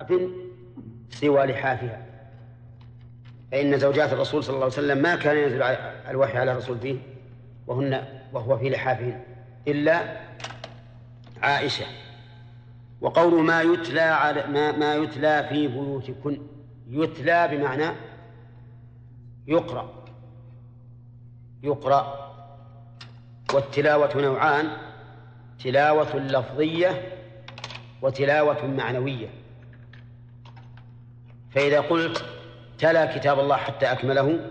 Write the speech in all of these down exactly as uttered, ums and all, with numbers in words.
سوى لحافها، فإن زوجات الرسول صلى الله عليه وسلم ما كان ينزل الوحي على الرسول فيه وهن وهو في لحافهن إلا عائشة. وقول ما يتلى على ما, ما يتلى في بيوتكن، يتلى بمعنى يقرأ يقرأ والتلاوة نوعان: تلاوة لفظية وتلاوة معنوية. فإذا قلت تلا كتاب الله حتى أكمله،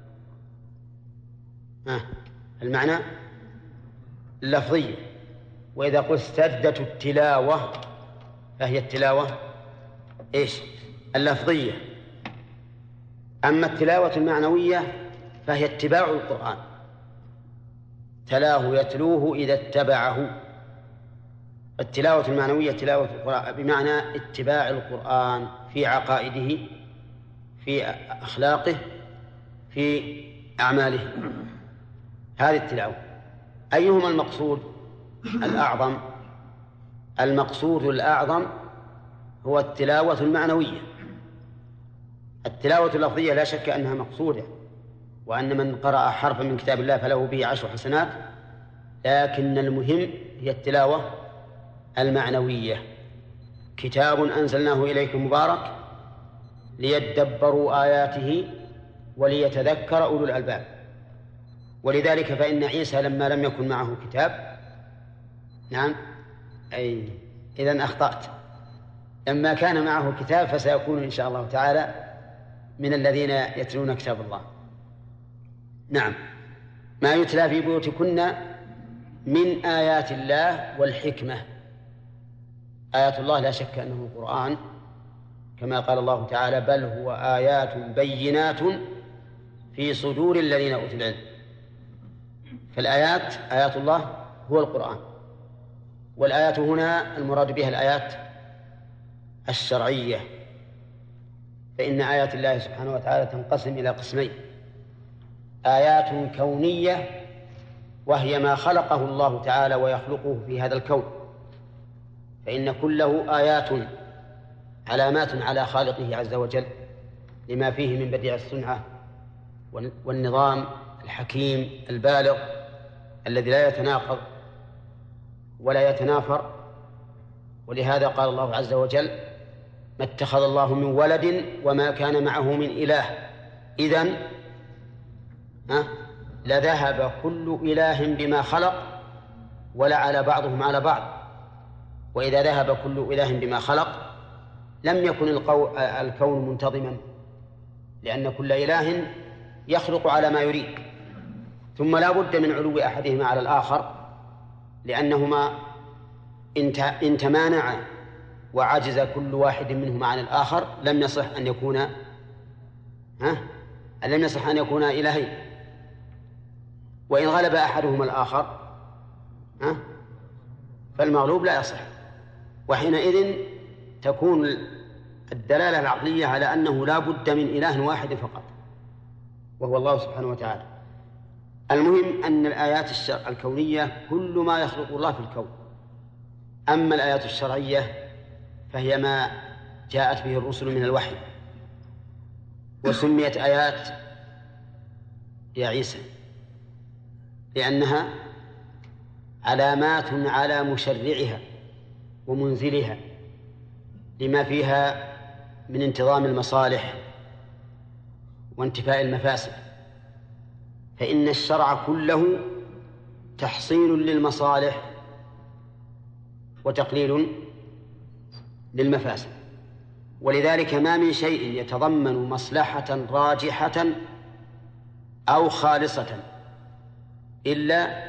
آه المعنى اللفظية. وإذا قلت اشتدت التلاوة فهي التلاوة إيش؟ اللفظية. أما التلاوة المعنوية فهي اتباع القرآن، تلاه يتلوه إذا اتبعه. التلاوة المعنوية تلاوة القرآن بمعنى اتباع القرآن في عقائده، في أخلاقه، في أعماله، هذه التلاوة. أيهما المقصود الأعظم؟ المقصود الأعظم هو التلاوة المعنوية. التلاوة اللفظية لا شك أنها مقصودة، وأن من قرأ حرفا من كتاب الله فله به عشر حسنات، لكن المهم هي التلاوة المعنوية. كتاب أنزلناه إليكم مبارك ليدبروا آياته وليتذكر أولو الألباب. ولذلك فإن عيسى لما لم يكن معه كتاب، نعم أي إذن أخطأت، لما كان معه كتاب فسيكون إن شاء الله تعالى من الذين يتلون كتاب الله. نعم، ما يتلى في بيوتكن من آيات الله والحكمة. آيات الله لا شك أنه القرآن، كما قال الله تعالى: بل هو آيات بينات في صدور الذين أوتوا العلم. فالآيات آيات الله هو القرآن. والآيات هنا المراد بها الآيات الشرعية، فإن آيات الله سبحانه وتعالى تنقسم إلى قسمين: آيات كونية وهي ما خلقه الله تعالى ويخلقه في هذا الكون، فإن كله آيات علامات على خالقه عز وجل لما فيه من بديع الصنعة والنظام الحكيم البالغ الذي لا يتناقض ولا يتنافر. ولهذا قال الله عز وجل: ما اتخذ الله من ولد وما كان معه من إله إذن لذهب كل إله بما خلق ولعلى بعضهم على بعض. وإذا ذهب كل إله بما خلق لم يكن الكون منتظما، لأن كل إله يخلق على ما يريد. ثم لا بد من علو أحدهما على الآخر، لأنهما إن تمانعا وعجز كل واحد منهما عن الآخر لم يصح أن يكون ها لم يصح أن يكون إلهين. وإن غلب أحدهما الآخر ها فالمغلوب لا يصح، وحينئذ تكون الدلالة العقلية على أنه لا بد من إله واحد فقط، وهو الله سبحانه وتعالى. المهم أن الآيات الكونية كل ما يخلق الله في الكون. أما الآيات الشرعية فهي ما جاءت به الرسل من الوحي، وسميت آيات يا عيسى لأنها علامات على مشرعها ومنزلها لما فيها من انتظام المصالح وانتفاء المفاسد. فإن الشرع كله تحصيل للمصالح وتقليل للمفاسد، ولذلك ما من شيء يتضمن مصلحة راجحة أو خالصة إلا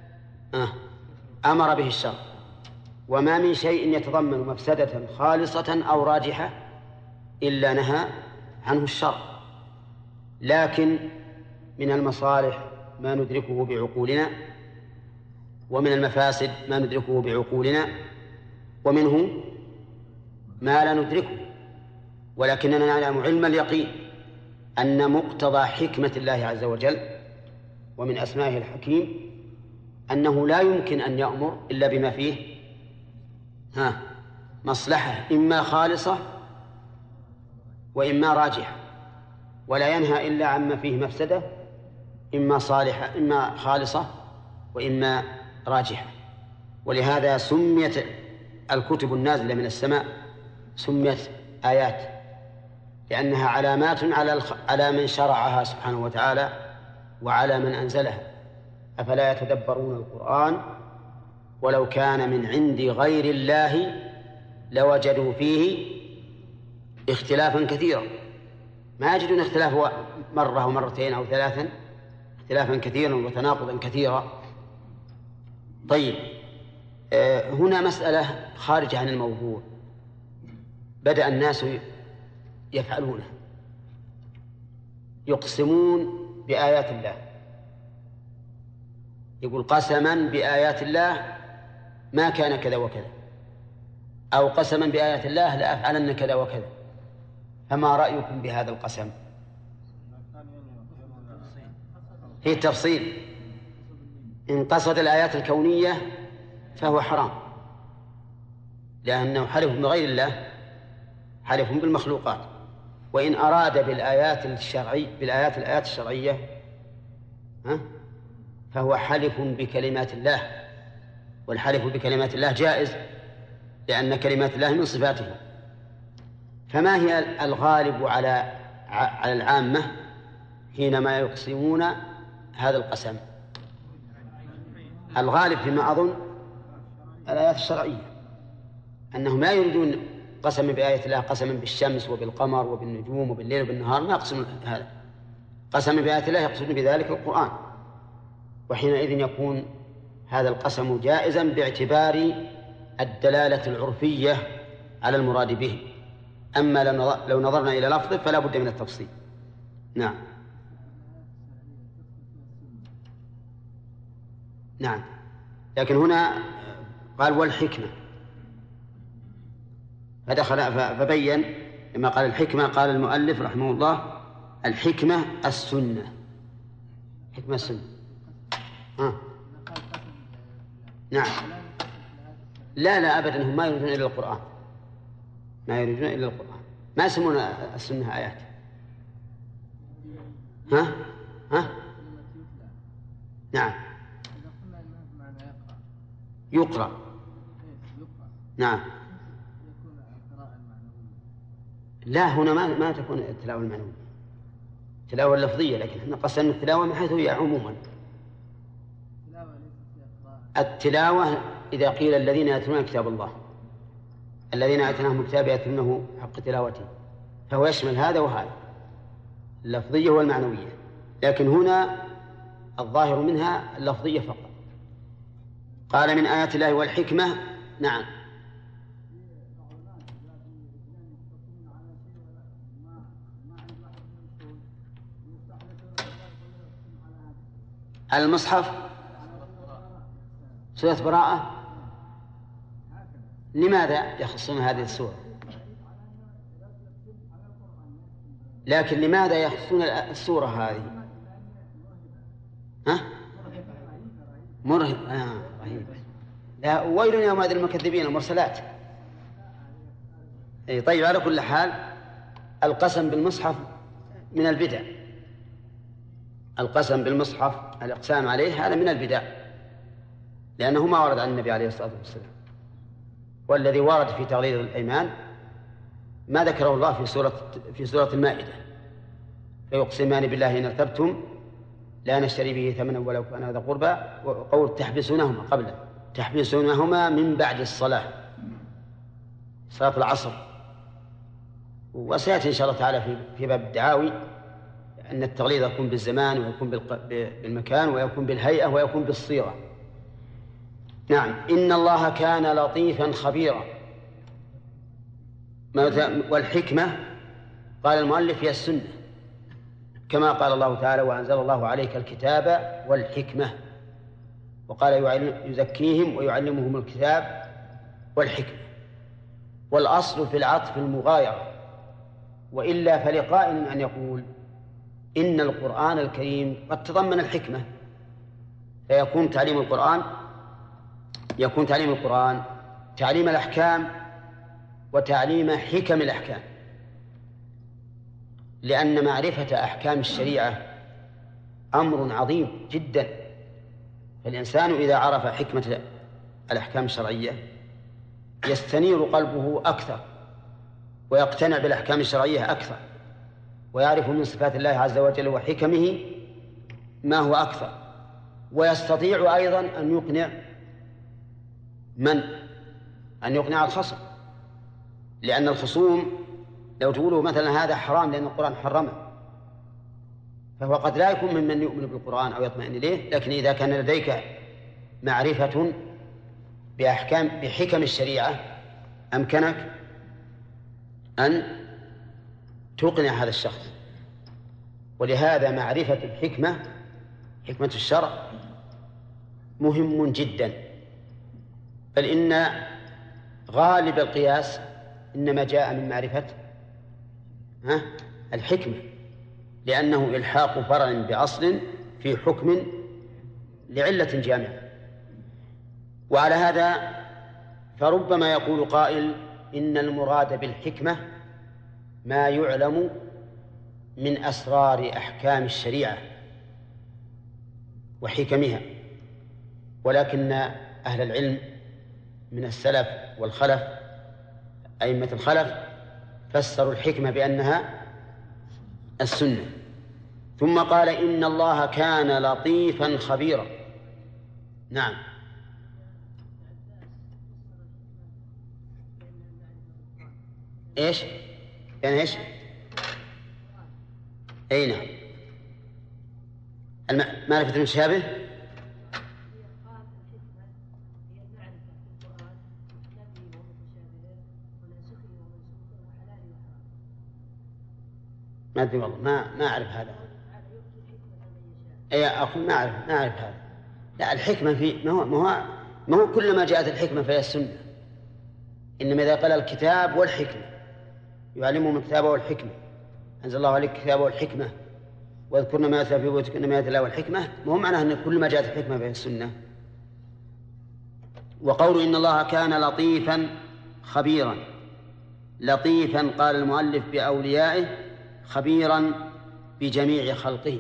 أمر به الشرع، وما من شيء يتضمن مفسدة خالصة أو راجحة إلا نهى عنه الشرع. لكن من المصالح ما ندركه بعقولنا، ومن المفاسد ما ندركه بعقولنا، ومنه ما لا ندركه، ولكننا نعلم علم اليقين أن مقتضى حكمة الله عز وجل ومن أسمائه الحكيم أنه لا يمكن أن يأمر إلا بما فيه ها مصلحة إما خالصة وإما راجحة، ولا ينهى إلا عما فيه مفسدة، إما صالحة إما خالصة وإما راجحة. ولهذا سميت الكتب النازلة من السماء سميت آيات، لأنها علامات على على من شرعها سبحانه وتعالى وعلى من أنزلها. أفلا يتدبرون القرآن ولو كان من عند غير الله لوجدوا فيه اختلافا كثيرا. ما يجدون اختلاف مرة ومرتين أو ثلاثا، اختلافا كثيرا وتناقضا كثيرا. طيب، هنا مسألة خارجة عن الموضوع بدأ الناس يفعلونه، يقسمون بآيات الله، يقول قسما بآيات الله ما كان كذا وكذا، أو قسما بآيات الله لأفعلن كذا وكذا. فما رأيكم بهذا القسم؟ هي التفصيل. إن قصد الآيات الكونية فهو حرام، لأنه حلف بغير الله، حلف بالمخلوقات. وإن أراد بالآيات الشرعية بالآيات الآيات الشرعية ها فهو حلف بكلمات الله، والحلف بكلمات الله جائز لأن كلمات الله من صفاته. فما هي الغالب على على العامة حينما يقسمون هذا القسم؟ الغالب فيما أظن الآيات الشرعية، أنهم لا يريدون قسم بآية الله قسما بالشمس وبالقمر وبالنجوم وبالليل وبالنهار، ما يقسمون هذا. قسم بآية الله يقصدون بذلك القرآن، وحينئذ يكون هذا القسم جائزا باعتبار الدلالة العرفية على المراد به. أما لو نظرنا إلى لفظه فلا بد من التفصيل. نعم نعم لكن هنا قال والحكمة، فدخل فبين لما قال الحكمة قال المؤلف رحمه الله الحكمة السنة، حكمة السنة. آه. نعم لا لا أبدا، هم ما يريدون إلا القرآن، ما يريدون إلا القرآن، ما يسمون السنة آيات. ها ها نعم يقرأ. نعم لا، هنا ما ما تكون التلاوة المعنوية، التلاوة اللفظية، لكن احنا قصدنا التلاوة من حيث هي عموما. التلاوة إذا قيل الذين يتلون كتاب الله، الذين آتيناهم الكتاب يتلونه حق تلاوته، فهو يشمل هذا وهذا، اللفظية والمعنوية. لكن هنا الظاهر منها اللفظية فقط. قال من آيات الله والحكمة. نعم المصحف سورة براءة، لماذا يخصون هذه السورة؟ لكن لماذا يخصون السورة هذه؟ ها؟ مرهب. آه رهيب. لا، ويل يومئذ للمكذبين المرسلات. أي طيب، على كل حال القسم بالمصحف من البدع، القسم بالمصحف الإقسام عليه هذا من البدع، لأنه ما ورد عن النبي عليه الصلاة والسلام. والذي ورد في تغليظ الأيمان ما ذكره الله في سورة في سورة المائدة: فيقسمان بالله إن ارتبتم لا نشتري به ثمنا ولو كان هذا قربى، وقول تحبسونهما قبله، تحبسونهما من بعد الصلاة، صلاة العصر. وسيأتي إن شاء الله تعالى في في باب الدعاوي أن التغليظ يكون بالزمان ويكون بالمكان ويكون بالهيئة ويكون بالصيغة. نعم إن الله كان لطيفا خبيرا. والحكمة قال المؤلف هي السنة، كما قال الله تعالى: وأنزل الله عليك الكتاب والحكمة، وقال يزكيهم ويعلمهم الكتاب والحكمة. والأصل في العطف المغايرة، وإلا فلقائل أن يقول إن القرآن الكريم قد تضمن الحكمة، فيكون تعليم القرآن يكون تعليم القرآن تعليم الأحكام وتعليم حكم الأحكام. لأن معرفة أحكام الشريعة أمر عظيم جدا. فالإنسان إذا عرف حكمة الأحكام الشرعية يستنير قلبه أكثر ويقتنع بالأحكام الشرعية أكثر، ويعرف من صفات الله عز وجل وحكمه ما هو أكثر، ويستطيع أيضا أن يقنع من؟ أن يقنع الخصم. لأن الخصوم لو تقولوا مثلا هذا حرام لأن القرآن حرمه، فهو قد لا يكون ممن يؤمن بالقرآن أو يطمئن إليه، لكن إذا كان لديك معرفة بأحكام بحكم الشريعة أمكنك أن تقنع هذا الشخص. ولهذا معرفة الحكمة، حكمة الشرع، مهم جدا. بل إن غالب القياس إنما جاء من معرفة ها الحكمة، لأنه إلحاق فرع بأصل في حكم لعلة جامعة. وعلى هذا فربما يقول قائل إن المراد بالحكمة ما يعلم من أسرار أحكام الشريعة وحكمها، ولكن أهل العلم من السلف والخلف أئمة الخلف فسروا الحكمة بأنها السنة. ثم قال إن الله كان لطيفا خبيرا. نعم، إيش يعني إيش أي نعم، معرفة المشابه. ما أدري والله، ما ما أعرف هذا. أي أقول ما أعرف ما أعرف هذا. لا، الحكمة في ما هو ما هو ما هو كلما جاءت الحكمة فهي السنة، إنما إذا قال الكتاب والحكمة يعلمهم الكتاب والحكمة، أنزل الله عليك الكتاب والحكمة واذكرن ما يتلى في بيوتكن ما يتلى والحكمة، ما هو معناه أن كل ما جاءت الحكمة فهي السنة. وقول إن الله كان لطيفا خبيرا، لطيفا قال المؤلف بأوليائه، خبيرا بجميع خلقه.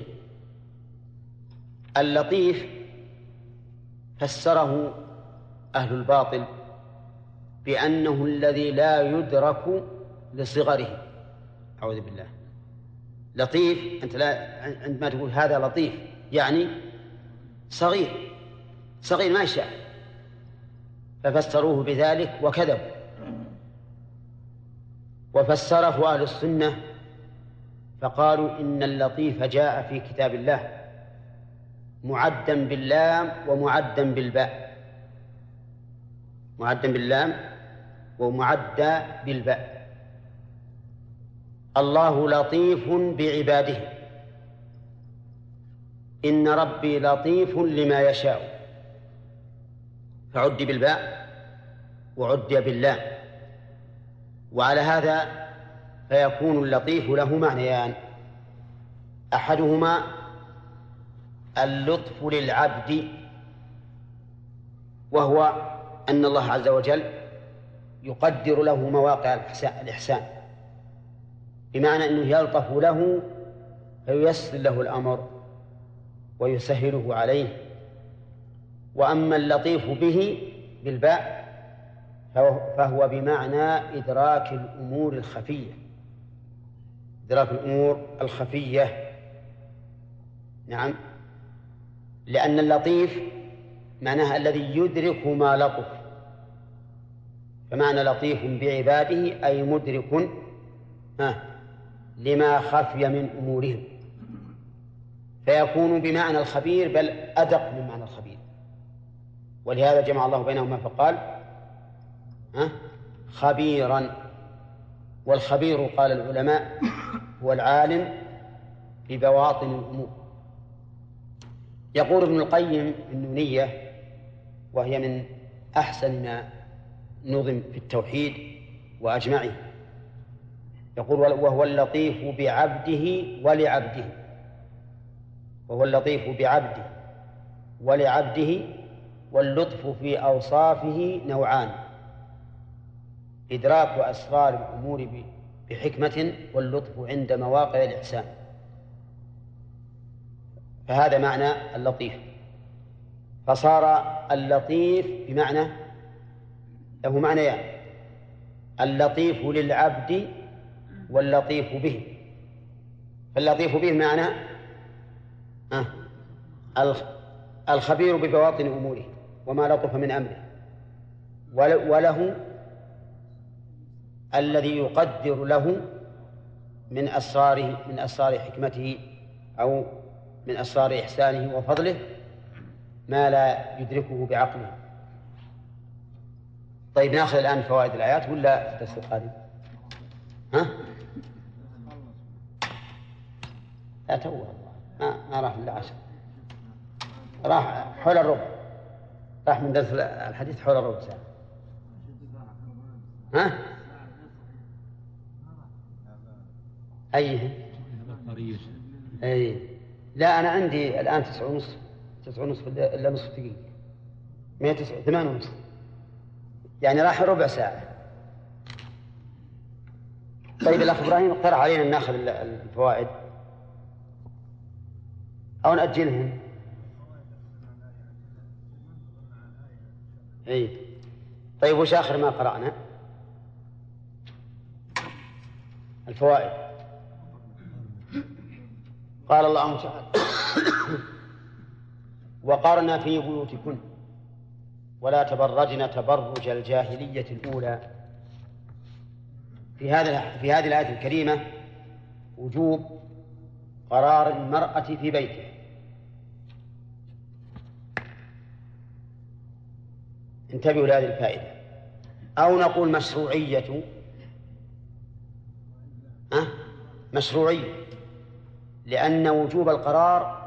اللطيف فسره أهل الباطل بأنه الذي لا يدرك لصغره. أعوذ بالله. لطيف أنت لا عندما تقول هذا لطيف يعني صغير، صغير ما يشاء، ففسروه بذلك وكذبوا. وفسره أهل السنة فقالوا إن اللطيف جاء في كتاب الله معدا باللام ومعدا بالباء، معدا باللام ومعدا بالباء. الله لطيف بعباده، إن ربي لطيف لما يشاء، فعد بالباء وعد باللام. وعلى هذا فيكون اللطيف له معنيان، أحدهما اللطف للعبد، وهو أن الله عز وجل يقدر له مواقع الإحسان، بمعنى أنه يلطف له فييسر له الأمر ويسهله عليه. وأما اللطيف به بالباء فهو بمعنى إدراك الأمور الخفية، إدراك الأمور الخفية. نعم، لأن اللطيف معناها الذي يدرك ما لطف، فمعنى لطيف بعباده أي مدرك لما خفي من أمورهم، فيكون بمعنى الخبير بل أدق من معنى الخبير. ولهذا جمع الله بينهما فقال خبيرا. والخبير قال العلماء هو العالم ببواطن الأمور. يقول ابن القيم النونية، وهي من أحسن ما نظم في التوحيد وأجمعه، يقول وهو اللطيف بعبده ولعبده، وهو اللطيف بعبده ولعبده، واللطف في أوصافه نوعان: إدراك أسرار الأمور بحكمة واللطف عند مواقع الإحسان. فهذا معنى اللطيف. فصار اللطيف بمعنى له معنيان: يعني اللطيف للعبد واللطيف به. فاللطيف به معنى الخبير ببواطن أموره وما لطف من أمره، وله الذي يقدر له من أسراره من أسرار حكمته أو من أسرار إحسانه وفضله ما لا يدركه بعقله. طيب نأخذ الآن فوائد الآيات ولا في الدرس القادم؟ ها؟ لا توه ما, ما راح إلا عشر، راح حول الربع، راح من درس الحديث حول الربع ساعة. ها؟ أيه؟ أي لا، أنا عندي الآن تسعة ونصف تسعة ونصف إلا نصف دقيقة، مئة تسعة ثمان ونصف، يعني راح ربع ساعة. طيب الأخ إبراهيم اقترح علينا أن نأخذ الفوائد أو نأجلهم. أي طيب وش آخر ما قرأنا؟ الفوائد. قال الله تعالى: وقرن في بيوتكن ولا تبرجن تبرج الجاهلية الأولى. في هذا في هذه الآية الكريمة وجوب قرار المرأة في بيتها. انتبهوا لهذه الفائدة. أو نقول مشروعية أه؟ مشروعية، لأن وجوب القرار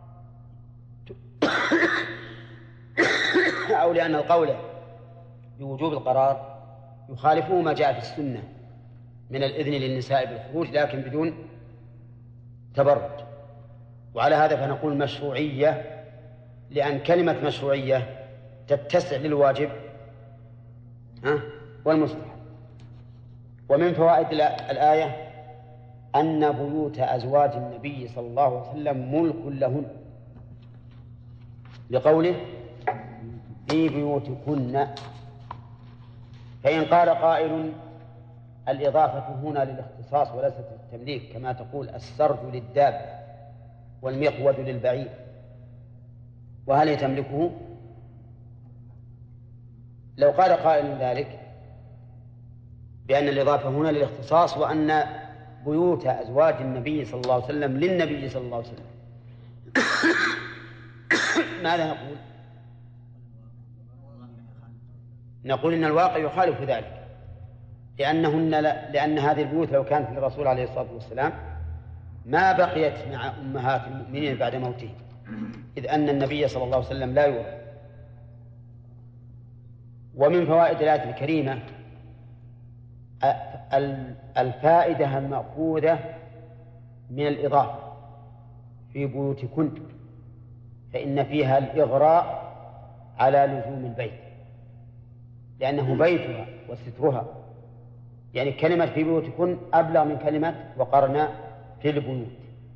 أو لأن القول بوجوب القرار يخالفه ما جاء في السنة من الإذن للنساء بالخروج لكن بدون تبرج. وعلى هذا فنقول مشروعية، لأن كلمة مشروعية تتسع للواجب ها والمستحب. ومن فوائد الآية أن بيوت أزواج النبي صلى الله عليه وسلم ملك لهن، لقوله: في بيوتكن. فإن قال قائل: الإضافة هنا للاختصاص وليست للتمليك، كما تقول السرج للدابة والمقود للبعير، وهل يتملكه؟ لو قال قائل ذلك بأن الإضافة هنا للاختصاص وأن بيوت أزواج النبي صلى الله عليه وسلم للنبي صلى الله عليه وسلم، ماذا نقول؟ نقول إن الواقع يخالف ذلك، لأنهن لا لأن هذه البيوت لو كانت للرسول عليه الصلاة والسلام ما بقيت مع أمهات المؤمنين بعد موته، إذ أن النبي صلى الله عليه وسلم لا يورث. ومن فوائد الآية الكريمة الفائدة المأخوذة من الإضافة في بيوتكن، فإن فيها الإغراء على لزوم البيت، لأنه بيتها وسترها، يعني كلمة في بيوتكن أبلغ من كلمة وقرنا في البيوت،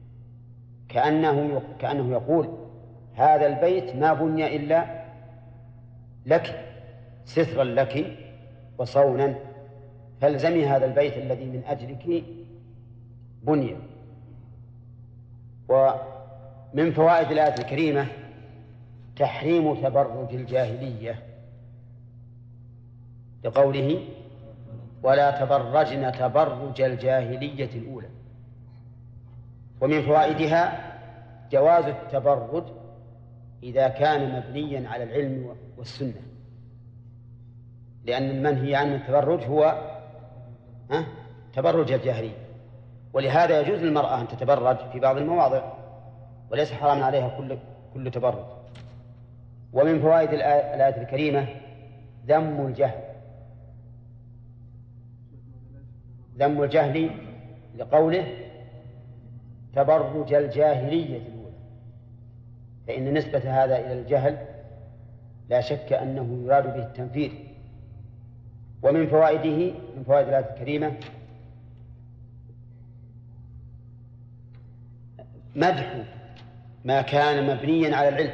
كأنه كأنه يقول: هذا البيت ما بني إلا لك، سترا لك وصونا، فالزمي هذا البيت الذي من أجلك بني. ومن فوائد الآية الكريمة تحريم تبرج الجاهلية، لقوله: ولا تبرجن تبرج الجاهلية الأولى. ومن فوائدها جواز التبرج إذا كان مبنيا على العلم والسنة، لأن المنهي عن التبرج هو تبرج الجاهلية، ولهذا يجوز للمرأة أن تتبرج في بعض المواضع وليس حراما عليها كل كل تبرج. ومن فوائد الآية الكريمة ذم الجهل، ذم الجهل لقوله: تبرج الجاهلية الأولى، فإن نسبة هذا إلى الجهل لا شك أنه يراد به التنفير. ومن فوائده من فوائد الآية الكريمة مدح ما كان مبنيا على العلم.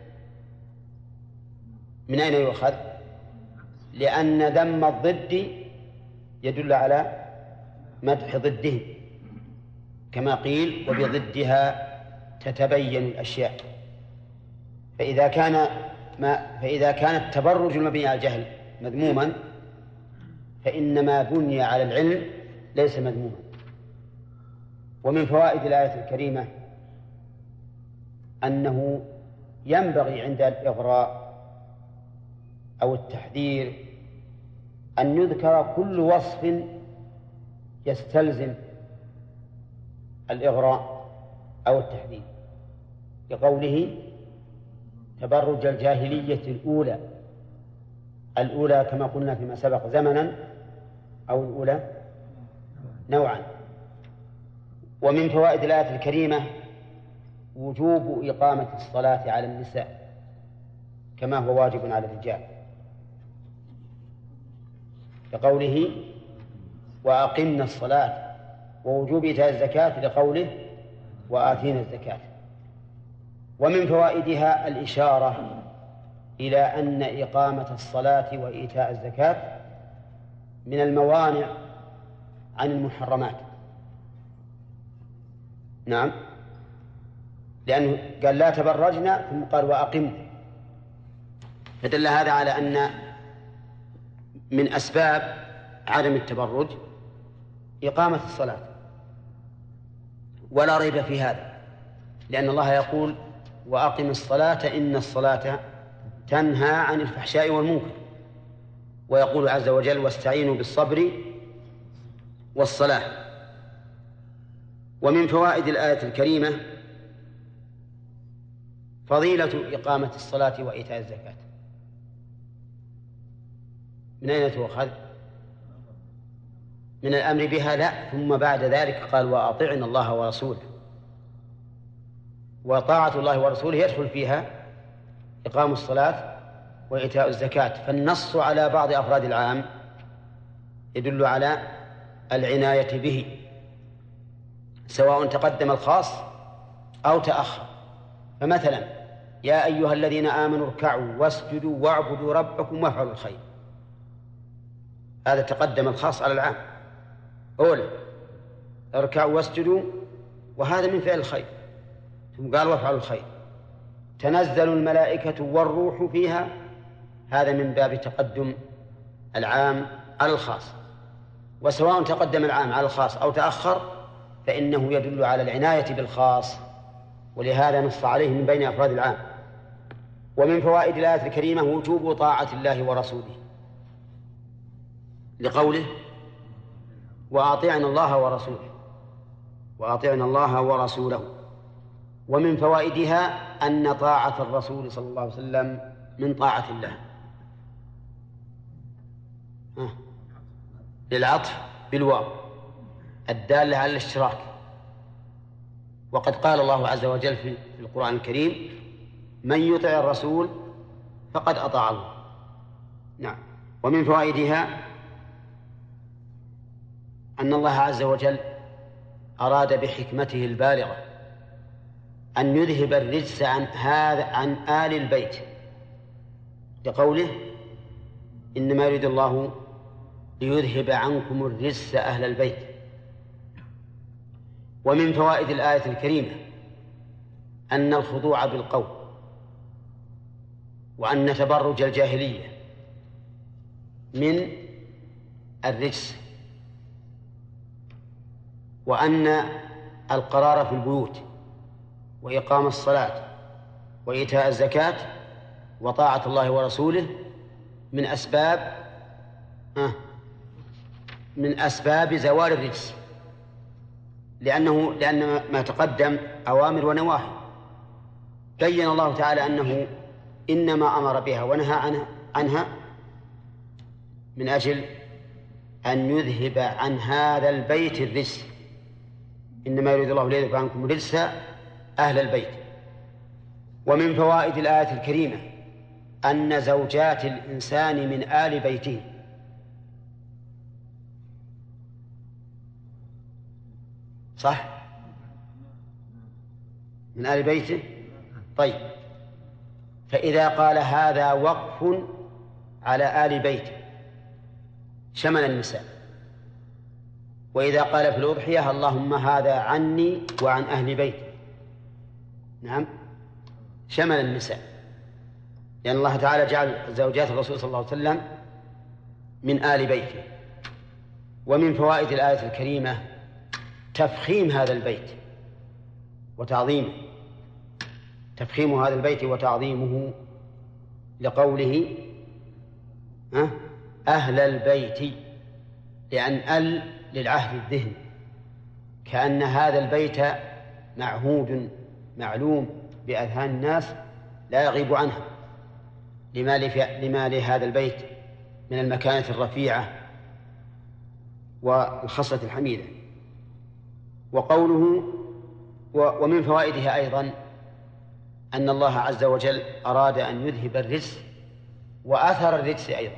من أين يؤخذ؟ لأن ذم الضد يدل على مدح ضده، كما قيل وبضدها تتبين الأشياء. فإذا كان ما فإذا كان التبرج المبني على الجهل مذموما، فإن ما بني على العلم ليس مذموما. ومن فوائد الآية الكريمة أنه ينبغي عند الإغراء أو التحذير أن يذكر كل وصف يستلزم الإغراء أو التحذير، لقوله تبرج الجاهلية الأولى. الأولى كما قلنا فيما سبق زمنا، أو الأولى نوعا. ومن فوائد الآية الكريمة وجوب إقامة الصلاة على النساء كما هو واجب على الرجال، لقوله وأقمنا الصلاة، ووجوب إيتاء الزكاة لقوله وآتينا الزكاة. ومن فوائدها الإشارة إلى أن إقامة الصلاة وإيتاء الزكاة من الموانع عن المحرمات. نعم، لأنه قال لا تبرجنا ثم قال وأقمنا، فدل هذا على أن من أسباب عدم التبرج إقامة الصلاة، ولا ريب في هذا، لأن الله يقول وأقم الصلاة إن الصلاة تنهى عن الفحشاء والمنكر، ويقول عز وجل واستعينوا بالصبر والصلاة. ومن فوائد الآية الكريمة فضيلة إقامة الصلاة وإيتاء الزكاة. من أين تؤخذ؟ من الأمر بها؟ لا، ثم بعد ذلك قال وأطعنا الله ورسوله، وطاعة الله ورسوله يدخل فيها إقام الصلاة وإيتاء الزكاة. فالنص على بعض أفراد العام يدل على العناية به، سواء تقدم الخاص أو تأخر. فمثلا يا أيها الذين آمنوا اركعوا واسجدوا واعبدوا ربكم وافعلوا الخير، هذا تقدم الخاص على العام. أولا اركعوا واسجدوا، وهذا من فعل الخير، ثم قال وافعلوا الخير. تنزل الملائكة والروح فيها، هذا من باب تقدم العام على الخاص. وسواء تقدم العام على الخاص أو تأخر فإنه يدل على العناية بالخاص، ولهذا نص عليه من بين أفراد العام. ومن فوائد الآية الكريمة وجوب طاعة الله ورسوله، لقوله وأطيعنا الله ورسوله، وأطيعنا الله ورسوله. ومن فوائدها أن طاعة الرسول صلى الله عليه وسلم من طاعة الله، ها. للعطف بالواو الدالة على الاشتراك. وقد قال الله عز وجل في القرآن الكريم من يطع الرسول فقد أطاع الله. نعم. ومن فوائدها أن الله عز وجل أراد بحكمته البالغة أن يذهب الرجس عن هذا عن آل البيت، لقوله إنما يريد الله ليذهب عنكم الرجس أهل البيت. ومن فوائد الآية الكريمة أن الخضوع بالقول، وأن تبرج الجاهلية من الرجس، وأن القرار في البيوت وإقام الصلاة وإيتاء الزكاة وطاعة الله ورسوله من أسباب من أسباب زوال الرجس، لأنه لأن ما تقدم أوامر ونواهي. بين الله تعالى أنه إنما أمر بها ونهى عنها, عنها من أجل أن يذهب عن هذا البيت الرجس، إنما يريد الله ليذهب عنكم الرجس أهل البيت. ومن فوائد الآية الكريمة أن زوجات الإنسان من آل بيته، صح؟ من آل بيته. طيب، فإذا قال هذا وقف على آل بيته شمل النساء، وإذا قال في الأضحية اللهم هذا عني وعن أهل بيتي، نعم، شمل النساء، لأن الله تعالى جعل زوجات الرسول صلى الله عليه وسلم من آل بيته. ومن فوائد الآية الكريمة تفخيم هذا البيت وتعظيمه، تفخيم هذا البيت وتعظيمه، لقوله أهل البيت، لأن ال للعهد الذهني، كأن هذا البيت معهود معلوم بأذهان الناس لا يغيب عنها، لما لهذا البيت من المكانة الرفيعة والخصلة الحميدة. وقوله ومن فوائدها أيضا أن الله عز وجل أراد أن يذهب الرجس وأثر الرجس أيضا،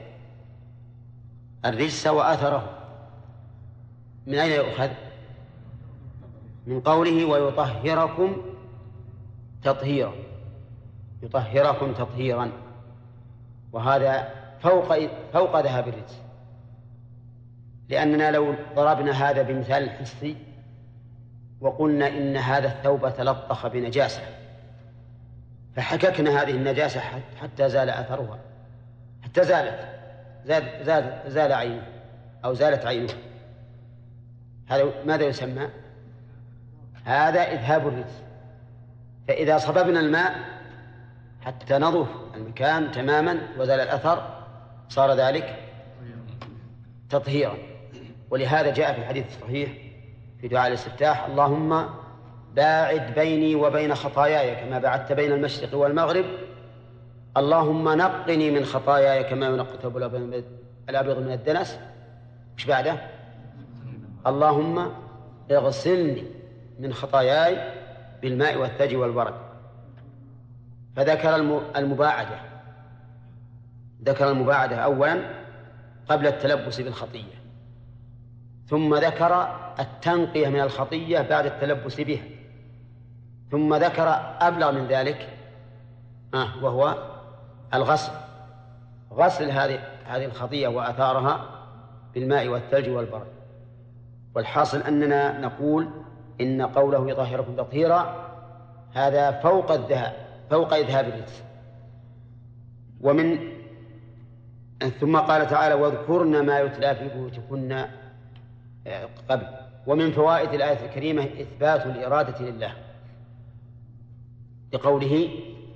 الرجس وأثره. من أين يؤخذ؟ من قوله ويطهركم تطهيرا، يطهركم تطهيرا، وهذا فوق فوق ذهاب الرجس، لأننا لو ضربنا هذا بمثال حسي وقلنا إن هذا الثوب تلطخ بنجاسة، فحككنا هذه النجاسة حتى زال أثرها، حتى زالت زال, زال, زال عينه أو زالت عينه، هذا ماذا يسمى؟ هذا إذهاب الرجس. فإذا صببنا الماء حتى نظف المكان تماما وزال الأثر صار ذلك تطهيرا. ولهذا جاء في الحديث الصحيح في دعاء الاستفتاح اللهم باعد بيني وبين خطاياي كما بعدت بين المشرق والمغرب، اللهم نقني من خطاياي كما ينقى الثوب الأبيض من الدنس. مش بعده؟ اللهم اغسلني من خطاياي بالماء والثلج والبرد. فذكر المباعدة، ذكر المباعدة أولا قبل التلبس بالخطية، ثم ذكر التنقية من الخطية بعد التلبس بها، ثم ذكر أبلغ من ذلك آه وهو الغسل، غسل هذه هذه الخطية وآثارها بالماء والثلج والبرد. والحاصل أننا نقول إن قوله يطهركم تطهيرا هذا فوق الذهاب، فوق إذهاب الرجس. ومن ثم قال تعالى واذكرن ما يتلى في بيوتكن قبل. ومن فوائد الآية الكريمة إثبات الإرادة لله، لقوله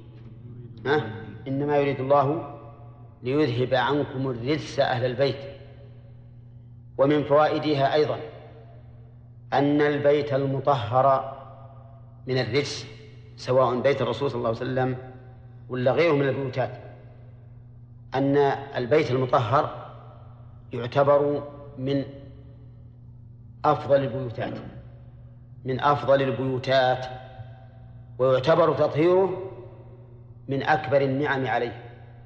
إنما يريد الله ليذهب عنكم الرجس أهل البيت. ومن فوائدها أيضا أن البيت المطهر من الرجس سواء بيت الرسول صلى الله عليه وسلم ولا غيره من البيوتات، أن البيت المطهر يعتبر من أفضل البيوتات، من أفضل البيوتات، ويعتبر تطهيره من أكبر النعم عليه.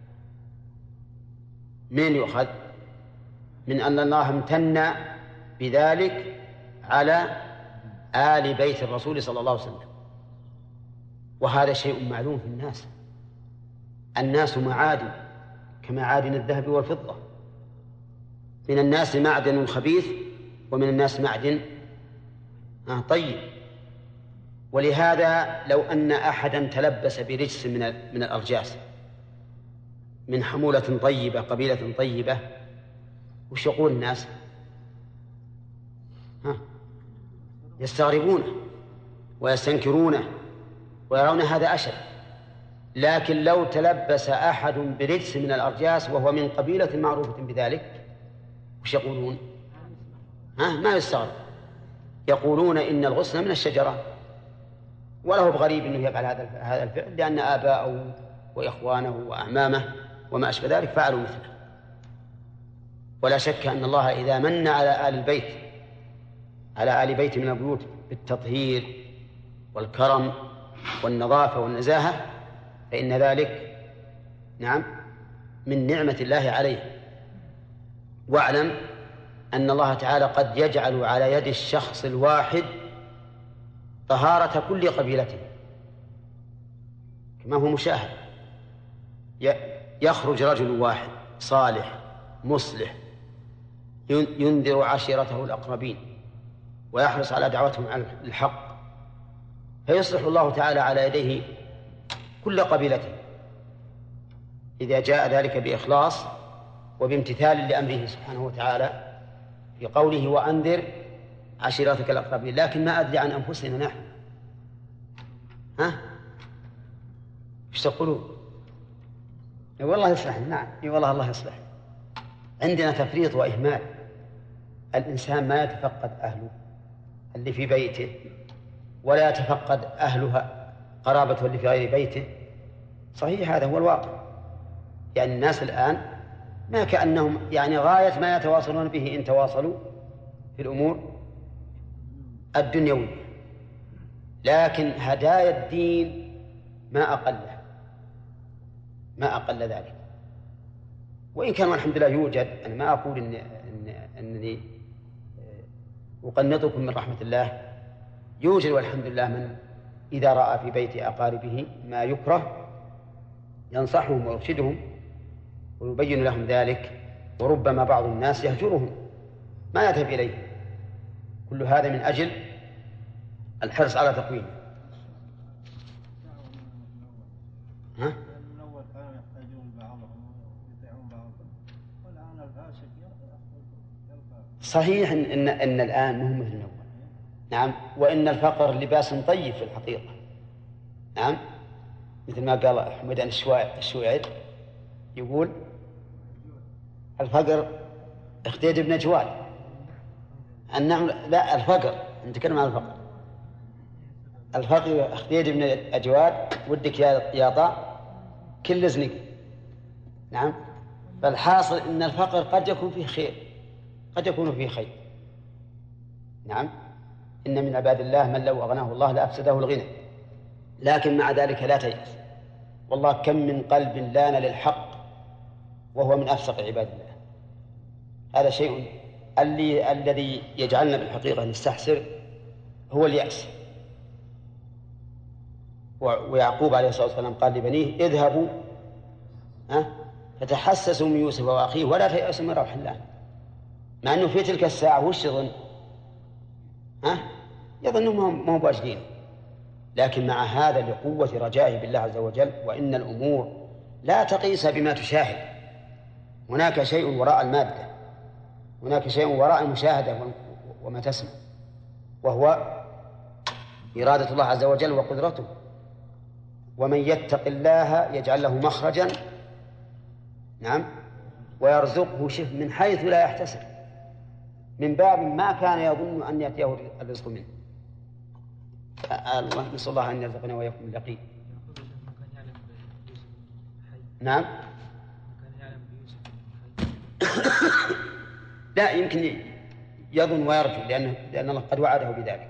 من يؤخذ؟ من أن الله امتن بذلك على آل بيت الرسول صلى الله عليه وسلم. وهذا شيء معلوم في الناس، الناس معادن كمعادن الذهب والفضة، من الناس معدن خبيث ومن الناس معدن طيب. ولهذا لو أن أحدا تلبس برجس من من الأرجاس من حمولة طيبة قبيلة طيبة، وش يقول الناس؟ ها يستغربونه ويستنكرونه ويرون هذا أشد. لكن لو تلبس أحد برجس من الأرجاس وهو من قبيلة معروفة بذلك، وش يقولون؟ ها ما يستغرب، يقولون إن الغصن من الشجرة، ولا هو بغريب أنه يفعل هذا هذا الفعل، لأن آباءه وإخوانه وأعمامه وما أشبه ذلك فعلوا مثله. ولا شك أن الله إذا من على آل البيت على آل بيت من البيوت بالتطهير والكرم والنظافة والنزاهة فإن ذلك نعم من نعمة الله عليه. واعلم أن الله تعالى قد يجعل على يد الشخص الواحد طهارة كل قبيلته، كما هو مشاهد. يخرج رجل واحد صالح مصلح ينذر عشيرته الأقربين ويحرص على دعوتهم على الحق، فيصلح الله تعالى على يديه كل قبيلته إذا جاء ذلك بإخلاص وبامتثال لأمره سبحانه وتعالى في قوله وأنذر عشيرتك الأقربين. لكن ما أدري عن أنفسنا نحن، ها ايش تقولون؟ اي والله يصلح. نعم اي والله الله يصلح. عندنا تفريط وإهمال. الإنسان ما يتفقد أهله اللي في بيته ولا يتفقد أهلها قرابته اللي في غير بيته. صحيح هذا هو الواقع. يعني الناس الآن ما كأنهم يعني غاية ما يتواصلون به إن تواصلوا في الأمور الدنيوية، لكن هدايا الدين ما أقلها، ما أقل ذلك. وإن كان الحمد لله يوجد، أنا ما أقول إن إن أنني أقنطكم من رحمة الله، يوجد والحمد لله من إذا رأى في بيت أقاربه ما يكره ينصحهم ويرشدهم ويبين لهم ذلك، وربما بعض الناس يهجرهم ما يذهب إليه. كل هذا من أجل الحرص على تقويمه. ها؟ صحيح إن, إن, إن الآن مهم مثل الأول. نعم. وإن الفقر لباس طيب في الحقيقة. نعم. مثل ما قال حميدان الشويعي يقول الفقر اختيد ابن جواد. النعم لا الفقر نتكلم عن الفقر. الفقر اختيد ابن أجواد ودك يا طاء كل زنق. نعم. فالحاصل إن الفقر قد يكون فيه خير، قد يكون فيه خير. نعم. إن من عباد الله من لو أغناه الله لأفسده الغنى، لكن مع ذلك لا تيأس. والله كم من قلب لان للحق وهو من أفسق عباد الله. هذا شيء اللي الذي يجعلنا بالحقيقة نستحسر هو اليأس. ويعقوب عليه الصلاة والسلام قال لبنيه اذهبوا فتحسسوا من يوسف وأخيه ولا تيأسوا من روح الله. مع أنه في تلك الساعة وش يظن؟ ها؟ يظنهم ما هو واجدين، لكن مع هذا لقوة رجائه بالله عز وجل. وإن الأمور لا تقيس بما تشاهد، هناك شيء وراء المادة، هناك شيء وراء المشاهدة وما تسمع، وهو إرادة الله عز وجل وقدرته. ومن يتق الله يجعل له مخرجا نعم ويرزقه شف من حيث لا يحتسب، من باب ما كان يظن أن يأتيه الرزق منه. الله نسأل الله أن يرزقنا ويكون اليقين. نعم. لا يمكن يظن ويرجو لأنه لأن الله قد وعده بذلك.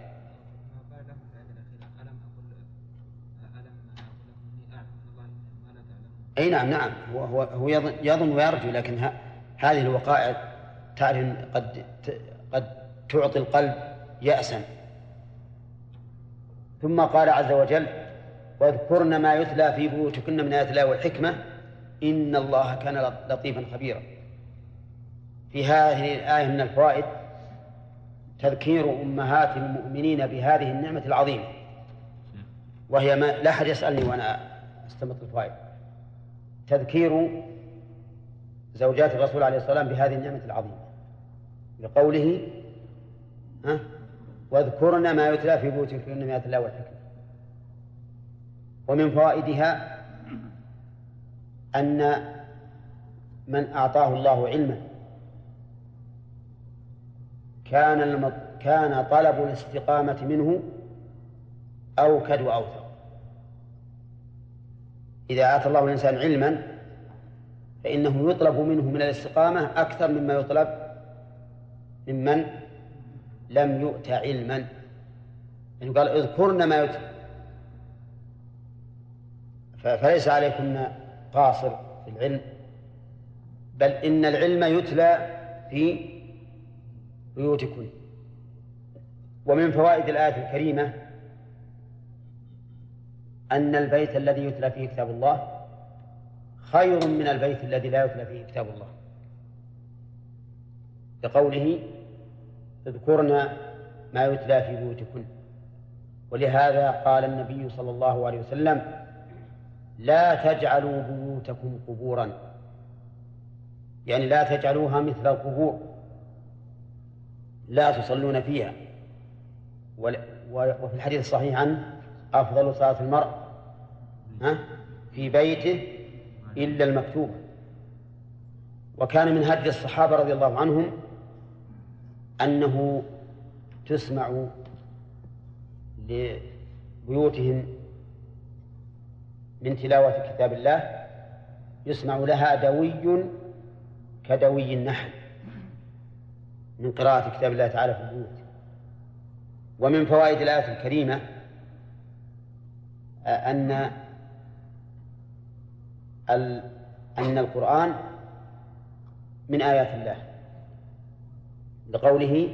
أي نعم نعم هو هو هو يظن, يظن ويرجو، لكن ها هذه الوقائع تعرف قد قد تعطي القلب يأسا. ثم قال عز وجل واذكرن ما يتلى في بيوتكن من آيات الله والحكمة إن الله كان لطيفا خبيرا. في هذه الآية من الفوائد تذكير أمهات المؤمنين بهذه النعمة العظيمة، وهي ما لا أحد يسألني وأنا أستمط الفوائد. تذكير زوجات الرسول عليه الصلاة والسلام بهذه النعمة العظيمة لقوله ها واذكرن ما يتلى في بيوتكن من آيات الله والحكمة. ومن فوائدها أن من أعطاه الله علما كان المط... كان طلب الاستقامة منه أوكد وأوثق. إذا آتى الله الإنسان علما فإنه يطلب منه من الاستقامة أكثر مما يطلب ممن لم يؤت علما. يعني قال اذكرن ما يؤت، فليس عليكم قاصر في العلم، بل إن العلم يتلى في بيوتكم. ومن فوائد الآية الكريمة أن البيت الذي يتلى فيه كتاب الله خير من البيت الذي لا يتلى فيه كتاب الله، لقوله اذكرن ما يتلى في بيوتكن. ولهذا قال النبي صلى الله عليه وسلم لا تجعلوا بيوتكم قبورا، يعني لا تجعلوها مثل القبور، لا تصلون فيها. وفي الحديث الصحيح عنه أفضل صلاة المرء في بيته إلا المكتوبة. وكان من هدي الصحابة رضي الله عنهم أنه تسمع لبيوتهم من تلاوة كتاب الله يسمع لها دوي كدوي النحل من قراءة كتاب الله تعالى في البيوت. ومن فوائد الآية الكريمة أن أن القرآن من آيات الله، لقوله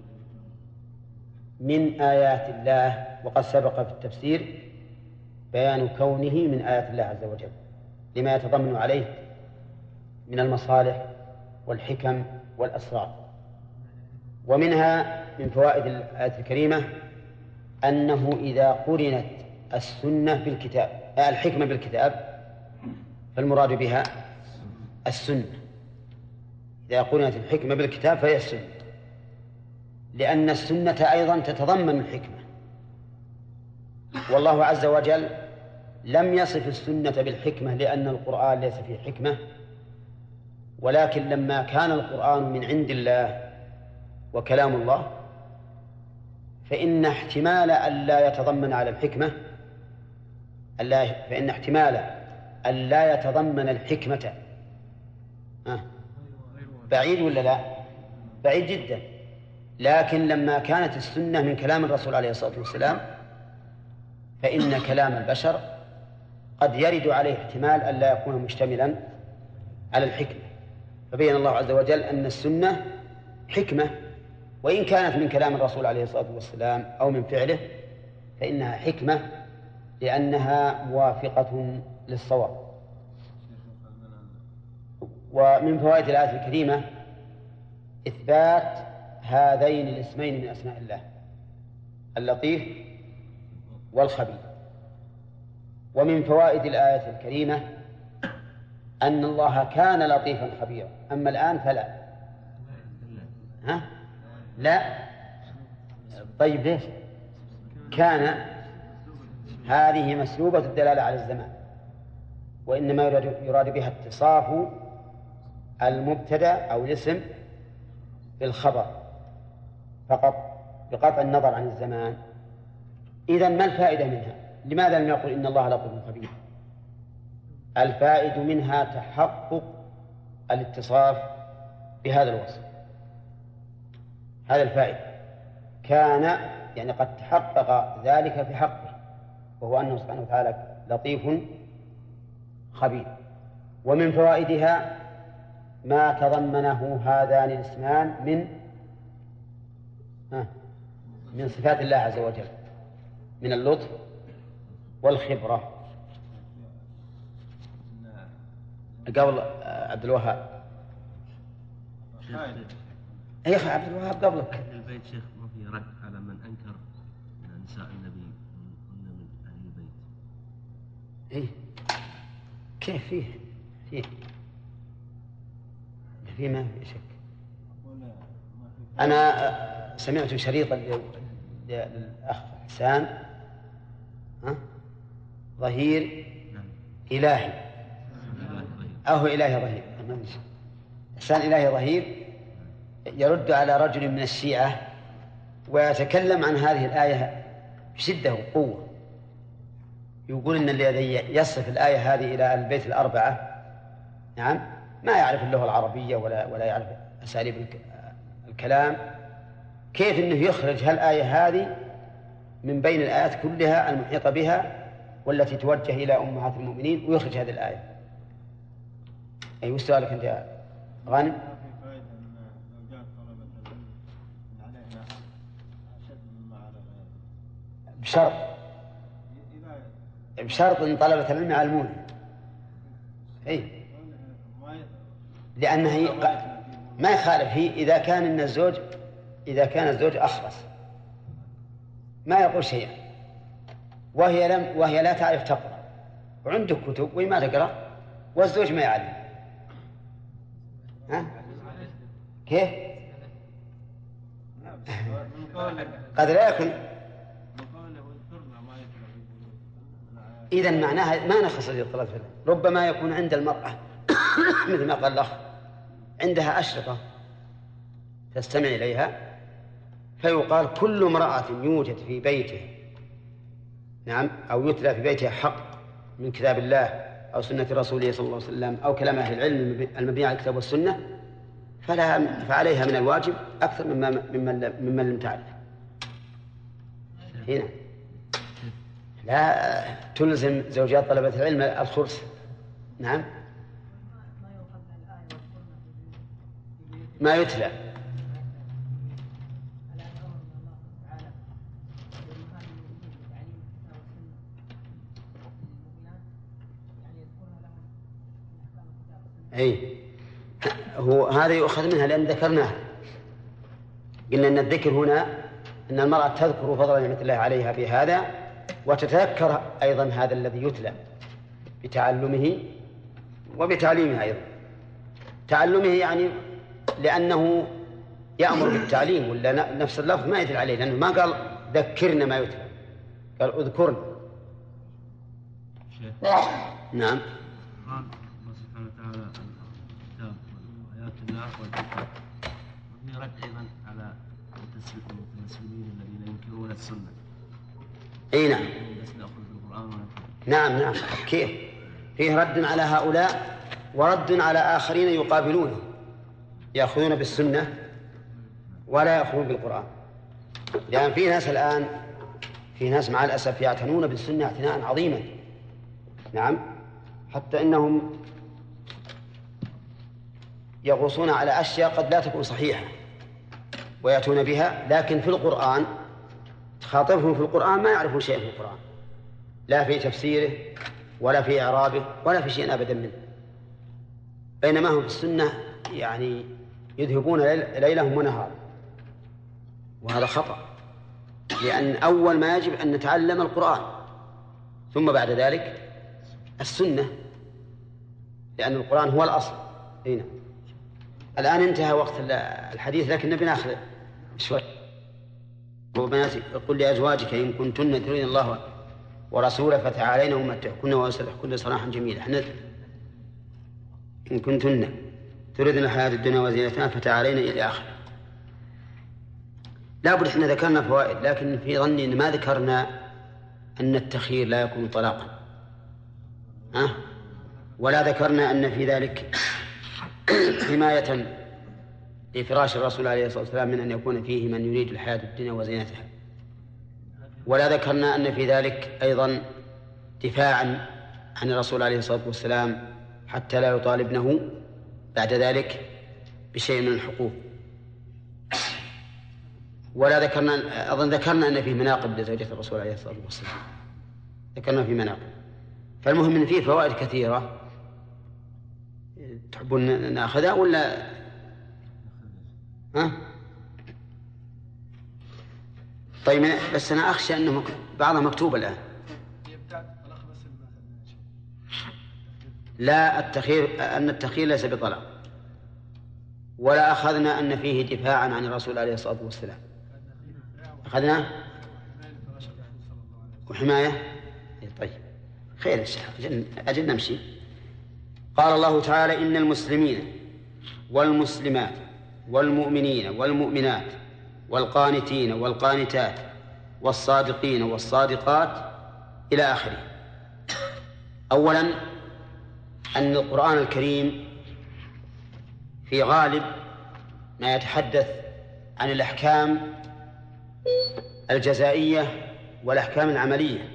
من آيات الله، وقد سبق في التفسير بيان كونه من آيات الله عز وجل لما يتضمن عليه من المصالح والحكم والأسرار. ومنها من فوائد الآية الكريمة أنه إذا قرنت السنة بالكتاب الحكمة بالكتاب فالمراد بها السنة. إذا قرنت الحكمة بالكتاب فهي السنة، لأن السنة أيضا تتضمن الحكمة. والله عز وجل لم يصف السنة بالحكمة لأن القرآن ليس فيه حكمة، ولكن لما كان القرآن من عند الله وكلام الله فإن احتمال ألا يتضمن على الحكمة ألا فإن احتمال ألا يتضمن الحكمة آه بعيد ولا لا؟ بعيد جدا. لكن لما كانت السنة من كلام الرسول عليه الصلاة والسلام فإن كلام البشر قد يرد عليه احتمال ألا يكون مشتملا على الحكمة، فبين الله عز وجل أن السنة حكمة، وإن كانت من كلام الرسول عليه الصلاة والسلام أو من فعله فإنها حكمة لأنها موافقة للصواب. ومن فوائد الآية الكريمة إثبات هذين الاسمين من أسماء الله اللطيف والخبير. ومن فوائد الآية الكريمة أن الله كان لطيفا خبيرا، أما الآن فلا. ها؟ لا. طيب ليش؟ كان هذه مسلوبة الدلالة على الزمان، وإنما يراد بها اتصاف المبتدأ أو الاسم بالخبر فقط بقطع النظر عن الزمان. إذن ما الفائدة منها؟ لماذا لم يقل إن الله لطيف خبير؟ الفائد منها تحقق الاتصاف بهذا الوصف، هذا الفائد. كان يعني قد تحقق ذلك في حقه، وهو أنه سبحانه وتعالى لطيف خبير. ومن فوائدها ما تضمنه هذان الاسمان من من صفات الله عز وجل من اللطف والخبرة. قبل عبد الوهاب يا أخي عبد الوهاب قبلك. البيت شيخ ما في رد على من أنكر أن نساء النبي هن من أهل البيت. إيه كيف فيه فيه فيه ما في شك. أنا سمعت شريطا للأخ حسان ها ظهير إلهي أو إلهي ظهير حسان إلهي ظهير يرد على رجل من الشيعة ويتكلم عن هذه الآية بشدة وقوة. يقول إن الذي يصف الآية هذه إلى البيت الأربعة نعم ما يعرف اللغة العربية ولا ولا يعرف أساليب الكلام، كيف إنه يخرج هالآية هذه من بين الآيات كلها المحيطة بها والتي توجه إلى أمهات المؤمنين ويخرج هذه الآية. أي سؤالك أنت يا غانم؟ بشرط بشرط أن طلبة العلم يعلمون. أي لأنها هي ما يخالف، هي إذا كان إن الزوج إذا كان الزوج أخرس ما يقول شيئا وهي لم وهي لا تعرف تقرأ وعنده كتب وهي ما تقرأ والزوج ما يعلم، ها؟ كيف؟ قد لا يكون. إذن معناها ما نخص للطلب، ربما يكون عند المرأة مثل ما قال الأخ عندها أشرطة تستمع إليها فيقال كل امرأة يوجد في بيته نعم أو يتلى في بيته حق من كتاب الله أو سنة رسوله صلى الله عليه وسلم أو كلام أهل العلم المبني على الكتاب والسنة فلها فعليها من الواجب أكثر مما ممن ممن لم تعرف. هنا لا تلزم زوجات طلبة العلم الخرس. نعم ما يتلى أي هو هذا يؤخذ منها لأن ذكرناه قلنا أن الذكر هنا أن المرأة تذكر فضل نعمة الله عليها في هذا وتتذكر أيضا هذا الذي يتلى بتعلمه وبتعليمه أيضا. تعلمه يعني لأنه يأمر بالتعليم ولا نفس اللفظ ما يدل عليه لأنه ما قال ذكرنا ما يتلى قال اذكرنا. نعم الله سبحانه وتعالى الكتاب وآيات الله والكتاب وفي رد أيضا على المتمسلمين الذين ينكرون السنة. أي نعم بس نأخذ القرآن نعم نعم كيف فيه رد على هؤلاء ورد على آخرين يقابلونه يأخذون بالسنة ولا يأخذون بالقرآن. لأن في ناس الآن في ناس مع الأسف يعتنون بالسنة اعتناء عظيما. نعم حتى إنهم يغوصون على أشياء قد لا تكون صحيحة ويأتون بها لكن في القرآن تخاطبهم في القرآن ما يعرفون شيئا في القرآن لا في تفسيره ولا في إعرابه ولا في شيء أبدا منه بينما هم في السنة يعني يذهبون ليلهم ونهارهم وهذا خطأ. لأن أول ما يجب أن نتعلم القرآن ثم بعد ذلك السنة لأن القرآن هو الأصل. هنا الآن انتهى وقت الحديث لكن نبي ناخذ شوي. قل لأزواجك إن كنتن تريدن الله ورسوله فتعالين أمتعكن وأسرحكن سراحا جميلا. احنا إن كنتن تريدن الحياة الدنيا وزينتها فتعالين إلى آخر. لا بد احنا ذكرنا فوائد لكن في ظني إن ما ذكرنا أن التخيير لا يكون طلاقا أه؟ ولا ذكرنا أن في ذلك حماية لفراش الرسول عليه الصلاة والسلام من أن يكون فيه من يريد الحياة الدنيا وزينتها ولا ذكرنا أن في ذلك أيضا دفاعا عن الرسول عليه الصلاة والسلام حتى لا يطالبنه بعد ذلك بشيء من الحقوق ولا ذكرنا أظن ذكرنا أن فيه مناقب لزوجة الرسول عليه الصلاة والسلام ذكرنا في مناقب. فالمهم أن فيه فوائد كثيرة تحبون نأخذها ولا ها؟ طيب بس أنا أخشى أنه بعضها مكتوب الآن. لا التخير أن التخير ليس بطلاق ولا أخذنا أن فيه دفاعا عن الرسول عليه الصلاة والسلام. أخذنا وحماية. طيب خير الشيخ أجل نمشي. قال الله تعالى إن المسلمين والمسلمات والمؤمنين والمؤمنات والقانتين والقانتات والصادقين والصادقات إلى آخره. أولا أن القرآن الكريم في غالب ما يتحدث عن الأحكام الجزائية والأحكام العملية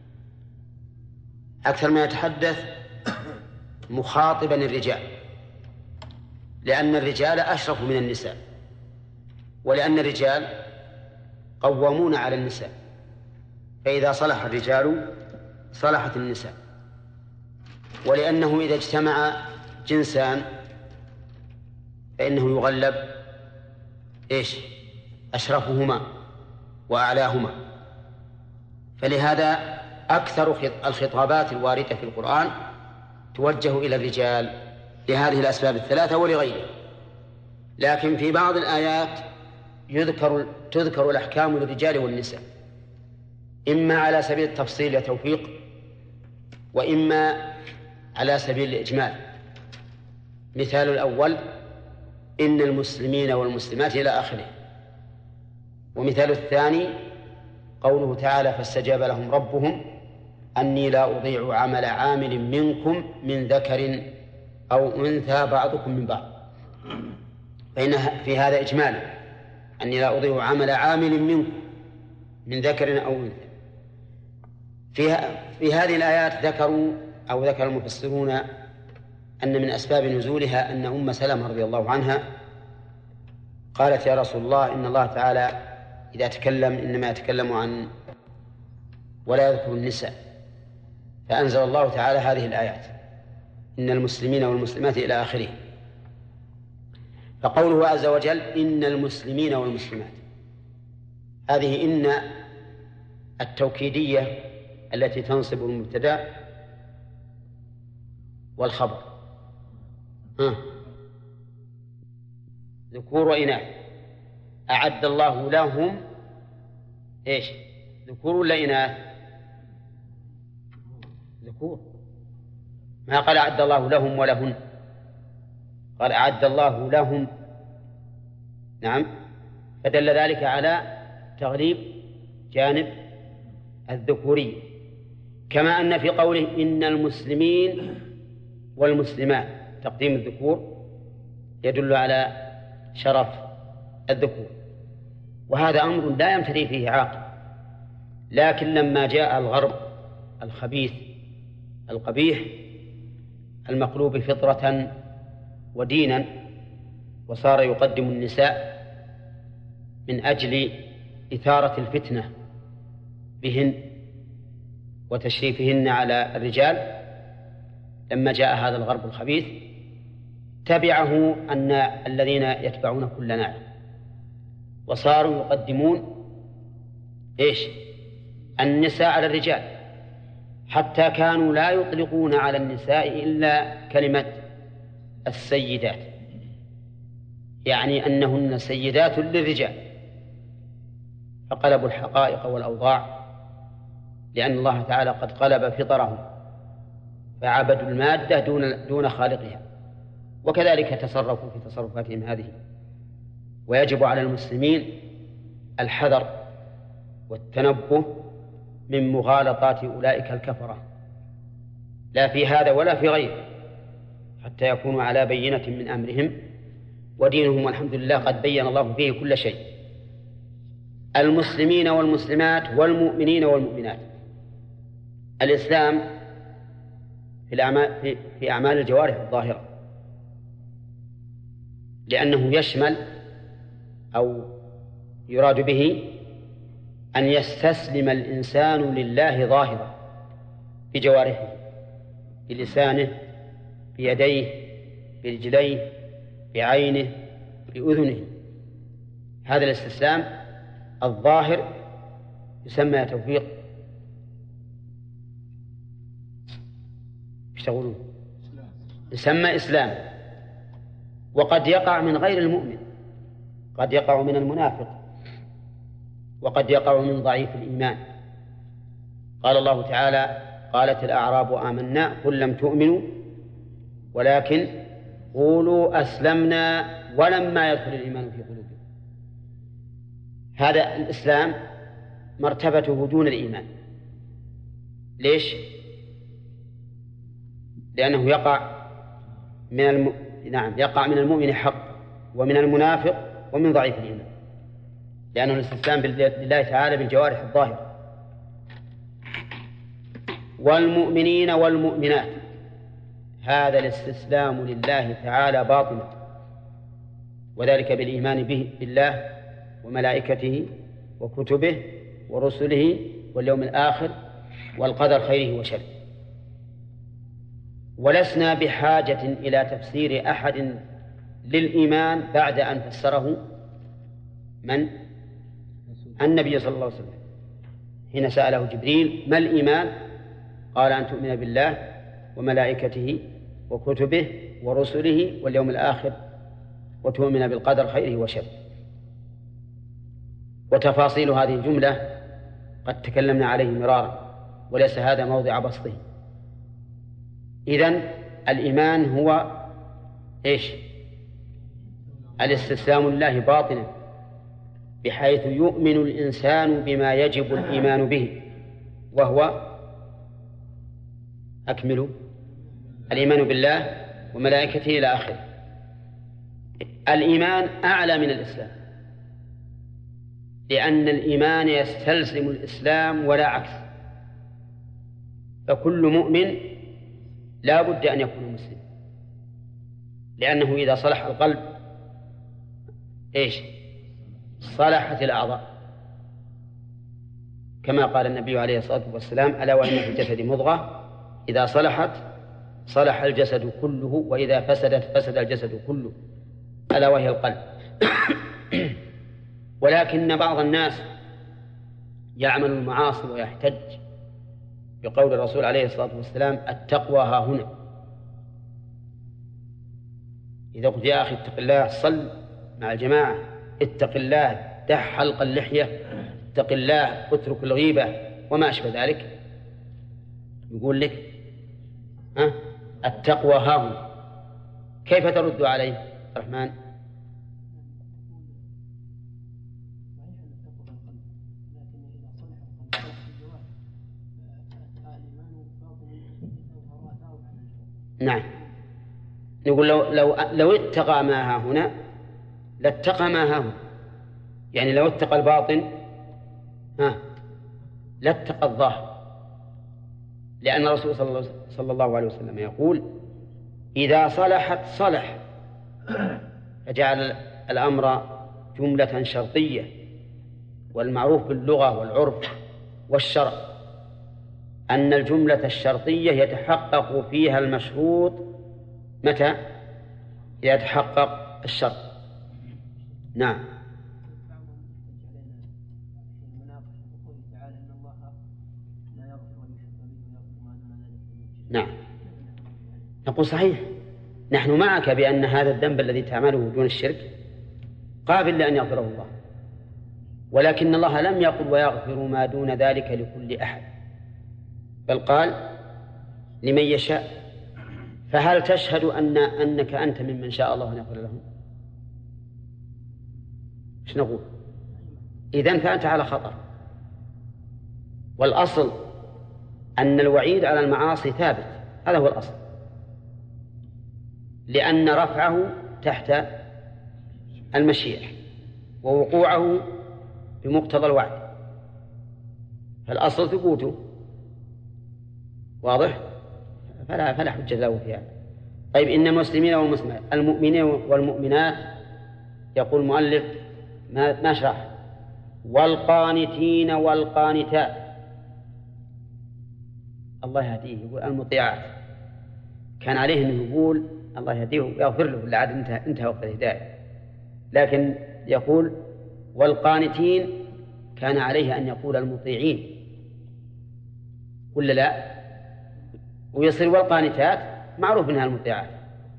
أكثر ما يتحدث مخاطبا الرجال لأن الرجال أشرف من النساء ولأن الرجال قوامون على النساء فإذا صلح الرجال صلحت النساء، ولأنه إذا اجتمع جنسان فإنه يغلب إيش؟ أشرفهما وأعلاهما. فلهذا أكثر الخطابات الواردة في القرآن توجه إلى الرجال لهذه الأسباب الثلاثة ولغيرها. لكن في بعض الآيات يذكر تذكر الأحكام للرجال والنساء، إما على سبيل التفصيل يا توفيق، وإما على سبيل الإجمال. مثال الأول إن المسلمين والمسلمات إلى آخره. ومثال الثاني قوله تعالى فاستجاب لهم ربهم أني لا أضيع عمل عامل منكم من ذكر أو أنثى بعضكم من بعض، فإن في هذا إجمال أني لا أضيع عمل عامل منكم من ذكر أو أنثى. في, في هذه الآيات ذكروا أو ذكر المفسرون أن من أسباب نزولها أن أم سلمة رضي الله عنها قالت يا رسول الله إن الله تعالى إذا تكلم إنما يتكلم عن ولا يذكر النساء، فأنزل الله تعالى هذه الآيات إن المسلمين والمسلمات إلى آخره. فقوله عز وجل إن المسلمين والمسلمات، هذه إن التوكيدية التي تنصب المبتدأ والخبر، ها ذكور وإناث، أعد الله لهم إيش؟ ذكور ولا إناث؟ ذكور، ما قال أعد الله لهم ولهن، قال أعد الله لهم. نعم، فدل ذلك على تغليب جانب الذكورية. كما أن في قوله إن المسلمين والمسلمات تقديم الذكور يدل على شرف الذكور، وهذا أمر لا يمتري فيه عاقل. لكن لما جاء الغرب الخبيث القبيح المقلوب فطرة ودينا وصار يقدم النساء من أجل إثارة الفتنة بهن وتشريفهن على الرجال، لما جاء هذا الغرب الخبيث تبعه أن الذين يتبعون كل ناعم، وصاروا يقدمون إيش؟ النساء على الرجال، حتى كانوا لا يطلقون على النساء إلا كلمة السيدات، يعني أنهن سيدات للرجال، فقلبوا الحقائق والأوضاع، لأن الله تعالى قد قلب فطرهم فعبدوا المادة دون دون خالقها، وكذلك تصرفوا في تصرفاتهم هذه. ويجب على المسلمين الحذر والتنبه من مغالطات أولئك الكفرة، لا في هذا ولا في غيره، حتى يكونوا على بينة من أمرهم، ودينهم والحمد لله قد بين الله فيه كل شيء. المسلمين والمسلمات والمؤمنين والمؤمنات. الإسلام في الأعمال في أعمال الجوارح الظاهرة، لأنه يشمل أو يراد به أن يستسلم الإنسان لله ظاهرا بجوارحه، بلسانه، بيديه، برجليه، بعينه، بأذنه. هذا الاستسلام الظاهر يسمى يا توفيق ايش تقولون؟ يسمى إسلام. وقد يقع من غير المؤمن، قد يقع من المنافق، وقد يقع من ضعيف الإيمان. قال الله تعالى قالت الأعراب آمنا قل لم تؤمنوا ولكن قولوا أسلمنا ولما يدخل الإيمان في قلوبكم. هذا الإسلام مرتبته دون الإيمان. ليش؟ لأنه يقع من الم... نعم يقع من المؤمن حق ومن المنافق ومن ضعيف الإيمان، لأنه الاستسلام لله تعالى بالجوارح الظاهرة. والمؤمنين والمؤمنات، هذا الاستسلام لله تعالى باطنا، وذلك بالإيمان به بالله وملائكته وكتبه ورسله واليوم الآخر والقدر خيره وشره. ولسنا بحاجة إلى تفسير أحد للإيمان بعد أن فسره من؟ النبي صلى الله عليه وسلم حين سأله جبريل ما الإيمان؟ قال أن تؤمن بالله وملائكته وكتبه ورسله واليوم الآخر وتؤمن بالقدر خيره وشره. وتفاصيل هذه الجملة قد تكلمنا عليه مرارا وليس هذا موضع بسطه. إذن الإيمان هو إيش؟ الاستسلام لله باطنا بحيث يؤمن الإنسان بما يجب الإيمان به، وهو أكمل الإيمان بالله وملائكته إلى آخره. الإيمان أعلى من الإسلام، لأن الإيمان يستلزم الإسلام ولا عكس، فكل مؤمن لا بد أن يكون مسلم، لأنه إذا صلح القلب إيش؟ صلحت الأعضاء، كما قال النبي عليه الصلاة والسلام ألا وإن في الجسد مضغة إذا صلحت صلح الجسد كله وإذا فسدت فسد الجسد كله، ألا وهي القلب. ولكن بعض الناس يعمل المعاصي ويحتج بقول الرسول عليه الصلاة والسلام التقوى ها هنا. إذا قلت يا أخي اتق الله صل مع الجماعة، اتق الله دع حلق اللحية، اتق الله اترك الغيبة وما أشبه ذلك، يقول لك ها التقوى ها هنا. كيف ترد عليه الرحمن؟ نعم، نقول لو لو لو اتقى ما ها هنا لاتقى ما ها هنا، يعني لو اتقى الباطن ها لاتقى الظاهر، لأن الرسول صلى الله عليه وسلم يقول إذا صلحت صلح، فجعل الأمر جملة شرطية، والمعروف باللغة والعرف والشرع أن الجملة الشرطية يتحقق فيها المشروط متى؟ إذا يتحقق الشرط. نعم. نعم، نقول صحيح، نحن معك بأن هذا الذنب الذي تعمله دون الشرك قابل لأن يغفره الله، ولكن الله لم يقل ويغفر ما دون ذلك لكل أحد، بل قال لمن يشاء. فهل تشهد أن أنك أنت ممن شاء الله أن يغفر لهم؟ ايش نقول؟ إذن فأنت على خطر. والأصل أن الوعيد على المعاصي ثابت، هذا هو الأصل، لأن رفعه تحت المشيئة ووقوعه بمقتضى الوعد، فالأصل ثبوته واضح، فلا فلا حجة له في هذا. طيب إن المسلمين والمسلمات المؤمنين والمؤمنات، يقول المؤلف ما ما شرح والقانتين والقانتات، الله يهديه، يقول المطيعات، كان عليه أنه يقول الله يهديه ويغفر له، بالعادة انتهى انتهى وقت الهداية، لكن يقول والقانتين كان عليه أن يقول المطيعين ولا لا؟ ويصير والقانتات معروف منها المطيعات،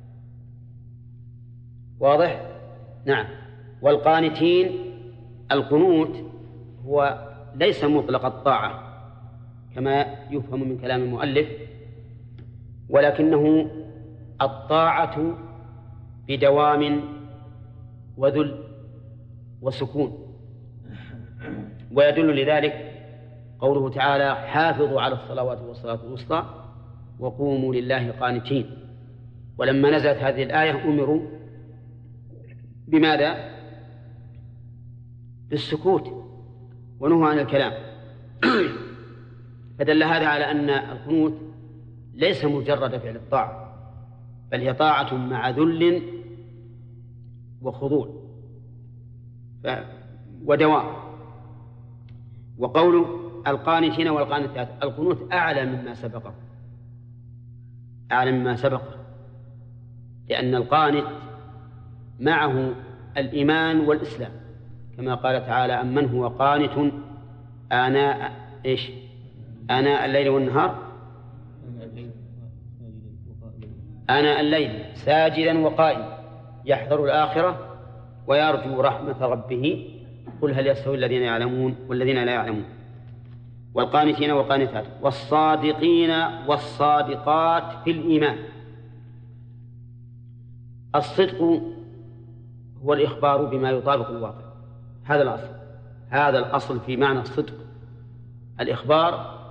واضح؟ نعم. والقانتين القنوت هو ليس مطلق الطاعة كما يفهم من كلام المؤلف، ولكنه الطاعة بدوام وذل وسكون، ويدل لذلك قوله تعالى حافظوا على الصلوات والصلاة الوسطى وقوموا لله قانتين. ولما نزلت هذه الآية أمروا بماذا؟ بالسكوت ونهوا عن الكلام. فدل هذا على أن القنوت ليس مجرد فعل الطاعة، بل هي طاعة مع ذل وخضوع ودوام. وقوله القانتين والقانتات. القنوت أعلى مما سبقه، أعلى مما سبقه، لأن القانت معه الإيمان والإسلام، كما قال تعالى: أمن هو قانت آناء إيش آناء الليل والنهار آناء الليل ساجدا وقائما يحذر الآخرة ويرجو رحمة ربه قل هل يستوي الذين يعلمون والذين لا يعلمون. والقانتين والقانتات والصادقين والصادقات في الإيمان. الصدق هو الإخبار بما يطابق الواقع، هذا الأصل، هذا الأصل في معنى الصدق، الإخبار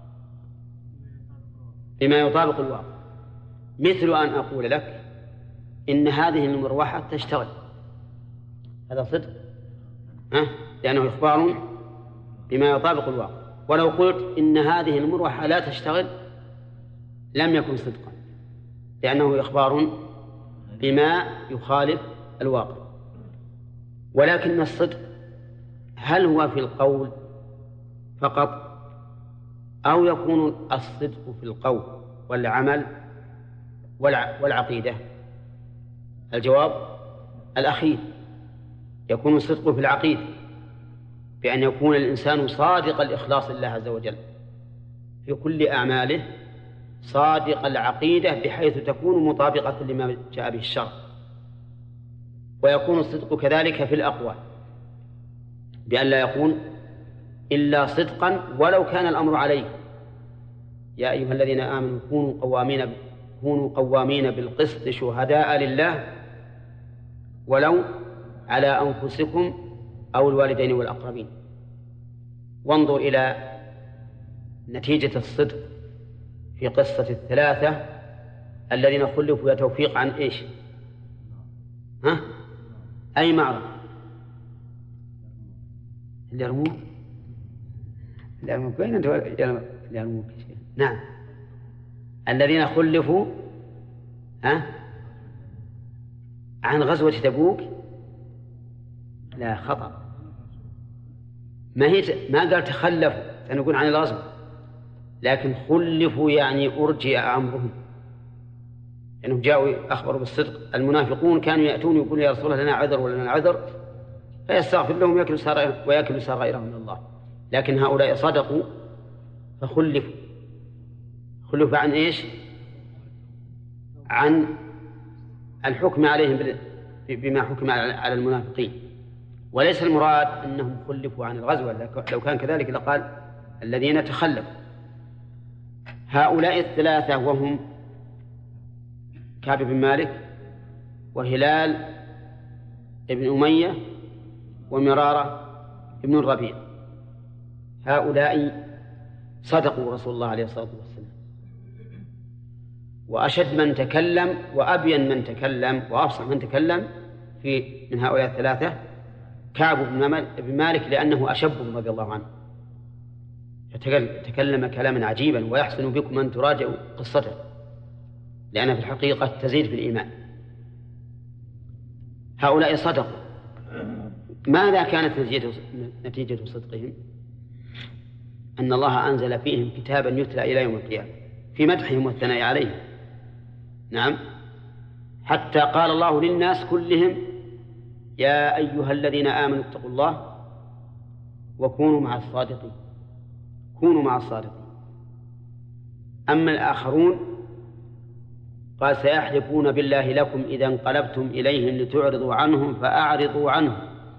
بما يطابق الواقع. مثل أن أقول لك إن هذه المروحة تشتغل، هذا صدق، أه؟ لأنه إخبار بما يطابق الواقع. ولو قلت إن هذه المروحة لا تشتغل لم يكن صدقا، لأنه إخبار بما يخالف الواقع. ولكن الصدق هل هو في القول فقط أو يكون الصدق في القول والعمل والعقيدة؟ الجواب الأخير، يكون الصدق في العقيدة بأن يكون الإنسان صادق الإخلاص لله عز وجل في كل أعماله، صادق العقيدة بحيث تكون مطابقة لما جاء به الشرع. ويكون الصدق كذلك في الأقوال بأن لا يكون إلا صدقا ولو كان الأمر عليه. يا أيها الذين آمنوا كونوا قوامين كونوا قوامين بالقسط شهداء لله ولو على أنفسكم أو الوالدين والأقربين. وانظر إلى نتيجة الصدق في قصة الثلاثة الذين خلفوا توفيق عن إيش؟ ها؟ أي معرض؟ اليرموك. اليرموك وين أنت؟ اليرموك. نعم، الذين خلفوا ها؟ عن غزوة تبوك. لا، خطأ، ما هي ما قال تخلفوا سنقول عن الغزو، لكن خلفوا يعني أرجئ أمرهم، لأنهم يعني جاءوا أخبروا بالصدق. المنافقون كانوا يأتون يقولون يا رسول الله لنا عذر ولنا عذر فيستغفر لهم ويأكل سرائرهم من الله، لكن هؤلاء صدقوا فخلفوا. خلفوا عن إيش؟ عن الحكم عليهم بما حكم على المنافقين، وليس المراد أنهم خلفوا عن الغزوة، لو كان كذلك لقال الذين تخلفوا. هؤلاء الثلاثة وهم كعب بن مالك وهلال ابن أمية ومرارة ابن الربيع، هؤلاء صدقوا رسول الله عليه الصلاة والسلام. وأشد من تكلم وأبين من تكلم وأفصح من تكلم في من هؤلاء الثلاثة كعب بن مالك، لأنه أشبهم رضي الله عنه، فتكلم كلاما عجيبا ويحسن بكم أن تراجعوا قصته، لأن في الحقيقة تزيد في الإيمان. هؤلاء صدقوا. ماذا كانت نتيجة صدقهم؟ أن الله أنزل فيهم كتابا يتلى إلى يوم القيامة في مدحهم والثناء عليهم. نعم، حتى قال الله للناس كلهم يا أيها الذين آمنوا اتقوا الله وكونوا مع الصادقين، كونوا مع الصادقين. أما الآخرون قال سيحلفون بالله لكم إذا انقلبتم إليهم لتعرضوا عنهم فأعرضوا عنهم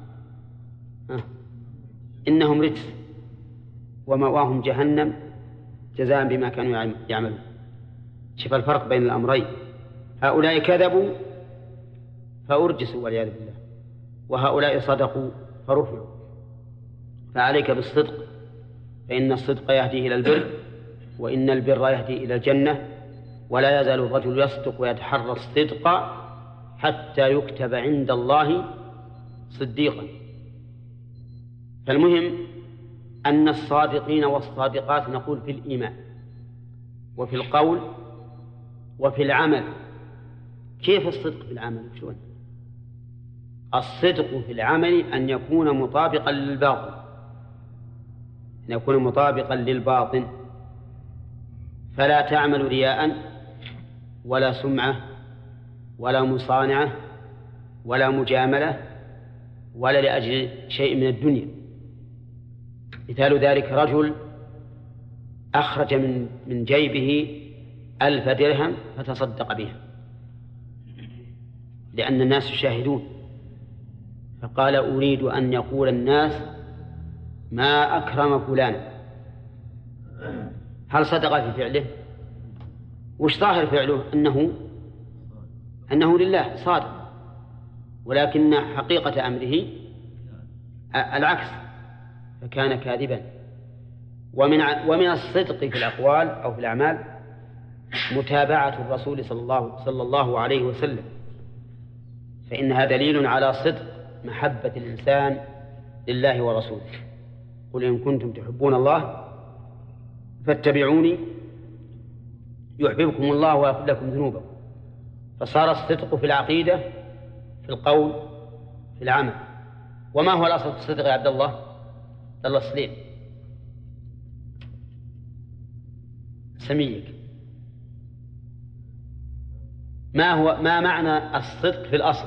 إنهم رجس ومأواهم جهنم جزاء بما كانوا يعملون. شوف الفرق بين الأمرين، هؤلاء كذبوا فأرجسوا والعياذ بالله، وهؤلاء صدقوا فرفعوا. فعليك بالصدق، فإن الصدق يهدي إلى البر، وإن البر يهدي إلى الجنة، ولا يزال الرجل يصدق ويتحرى الصدق حتى يكتب عند الله صديقا. فالمهم أن الصادقين والصادقات نقول في الإيمان وفي القول وفي العمل. كيف الصدق في العمل؟ شو الصدق في العمل؟ أن يكون مطابقا للباطل، أن يكون مطابقا للباطن، فلا تعمل رياء ولا سمعة ولا مصانعة ولا مجاملة ولا لأجل شيء من الدنيا. مثال ذلك رجل أخرج من من جيبه ألف درهم فتصدق بها لأن الناس يشاهدون، فقال أريد أن يقول الناس ما أكرم فلان. هل صدق في فعله؟ وش ظاهر فعله؟ أنه أنه لله صادق، ولكن حقيقة أمره العكس، فكان كاذبا. ومن ومن الصدق في الأقوال أو في الأعمال متابعة الرسول صلى الله صلى الله عليه وسلم، فإنها دليل على صدق محبة الإنسان لله ورسوله. قل إن كنتم تحبون الله فاتبعوني يحببكم الله ويغفر لكم ذنوبكم. فصار الصدق في العقيدة، في القول، في العمل. وما هو الأصل في الصدق يا عبد الله؟ عبد الله السليم سميك، ما هو ما معنى الصدق في الأصل؟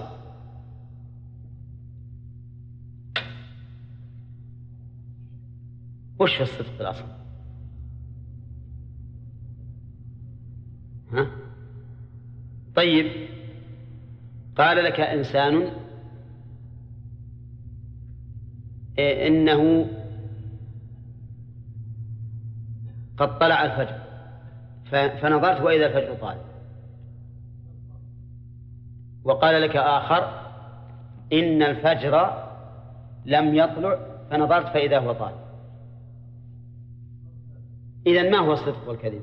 وش في الصدق في الأصل؟ ها؟ طيب، قال لك إنسان إيه إنه قد طلع الفجر فنظرت وإذا الفجر طالع، وقال لك آخر إن الفجر لم يطلع فنظرت فإذا هو طالع. إذن ما هو الصدق والكذب؟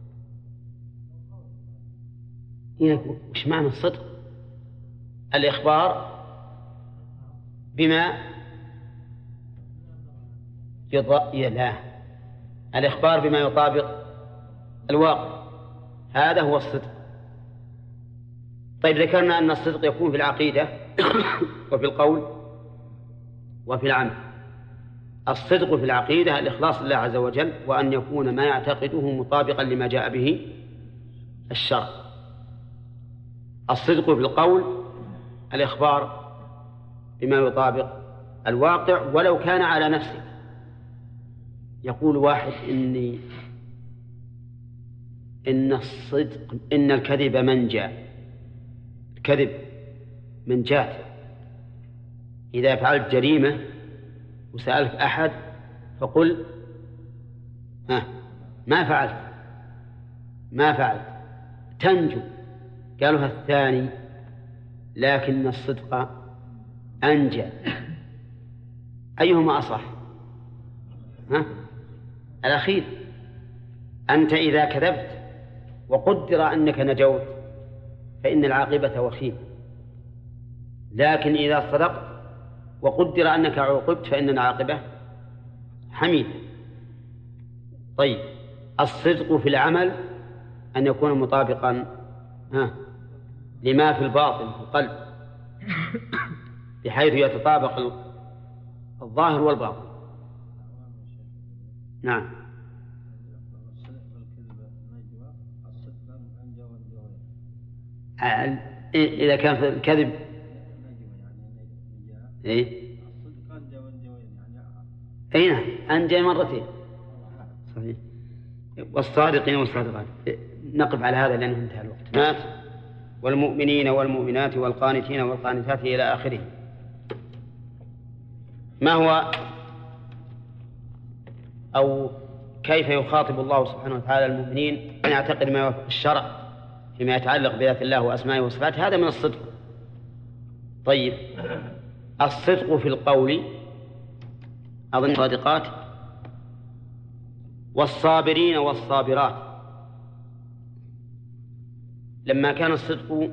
وش معنى الصدق؟ الإخبار بما يض... لا الإخبار بما يطابق الواقع، هذا هو الصدق. طيب، ذكرنا أن الصدق يكون في العقيدة وفي القول وفي العمل. الصدق في العقيدة الإخلاص لله عز وجل، وأن يكون ما يعتقده مطابقا لما جاء به الشرع. الصدق في القول الإخبار بما يطابق الواقع ولو كان على نفسه. يقول واحد إني إن الصدق إن الكذب منجا، الكذب منجات. إذا فعلت جريمة وسألت أحد فقل ها ما فعلت ما فعلت تنجو. قالها الثاني لكن الصدق أنجى. أيهما أصح؟ ها؟ الأخير. أنت إذا كذبت وقدر أنك نجوت فإن العاقبة وخيمة، لكن إذا صدقت وقدر أنك عوقبت فإن العاقبة حميدة. طيب، الصدق في العمل أن يكون مطابقا ها لما في الباطن في القلب، بحيث يتطابق الظاهر والباطن. نعم. إذا كان في الكذب إيه؟ أي نعم، أنجى مرتين صحيح. والصادقين والصادقات. نقف على هذا لأنه انتهى الوقت. مات والمؤمنين والمؤمنات والقانتين والقانتات إلى آخره. ما هو أو كيف يخاطب الله سبحانه وتعالى المؤمنين أن يعتقد ما يوافق الشرع فيما يتعلق بذات الله وأسمائه وصفاته؟ هذا من الصدق. طيب، الصدق في القول أظن صادقات والصابرين والصابرات. لما كان الصدق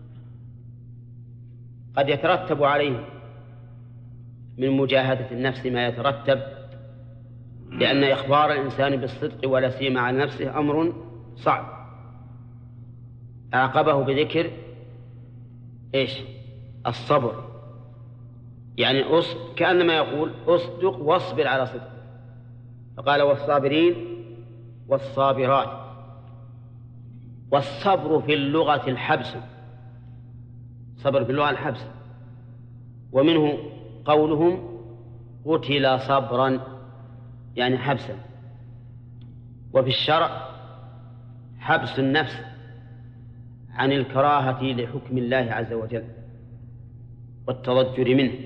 قد يترتب عليه من مجاهدة النفس ما يترتب، لأن إخبار الإنسان بالصدق ولا سيما على نفسه أمر صعب. أعقبه بذكر إيش؟ الصبر، يعني أص... كأنما يقول أصدق واصبر على صدق. فقال والصابرين والصابرات. والصبر في اللغة الحبس، صبر في اللغة الحبس، ومنه قولهم قتل صبرا يعني حبسا. وفي الشرع حبس النفس عن الكراهة لحكم الله عز وجل والتضجر منه.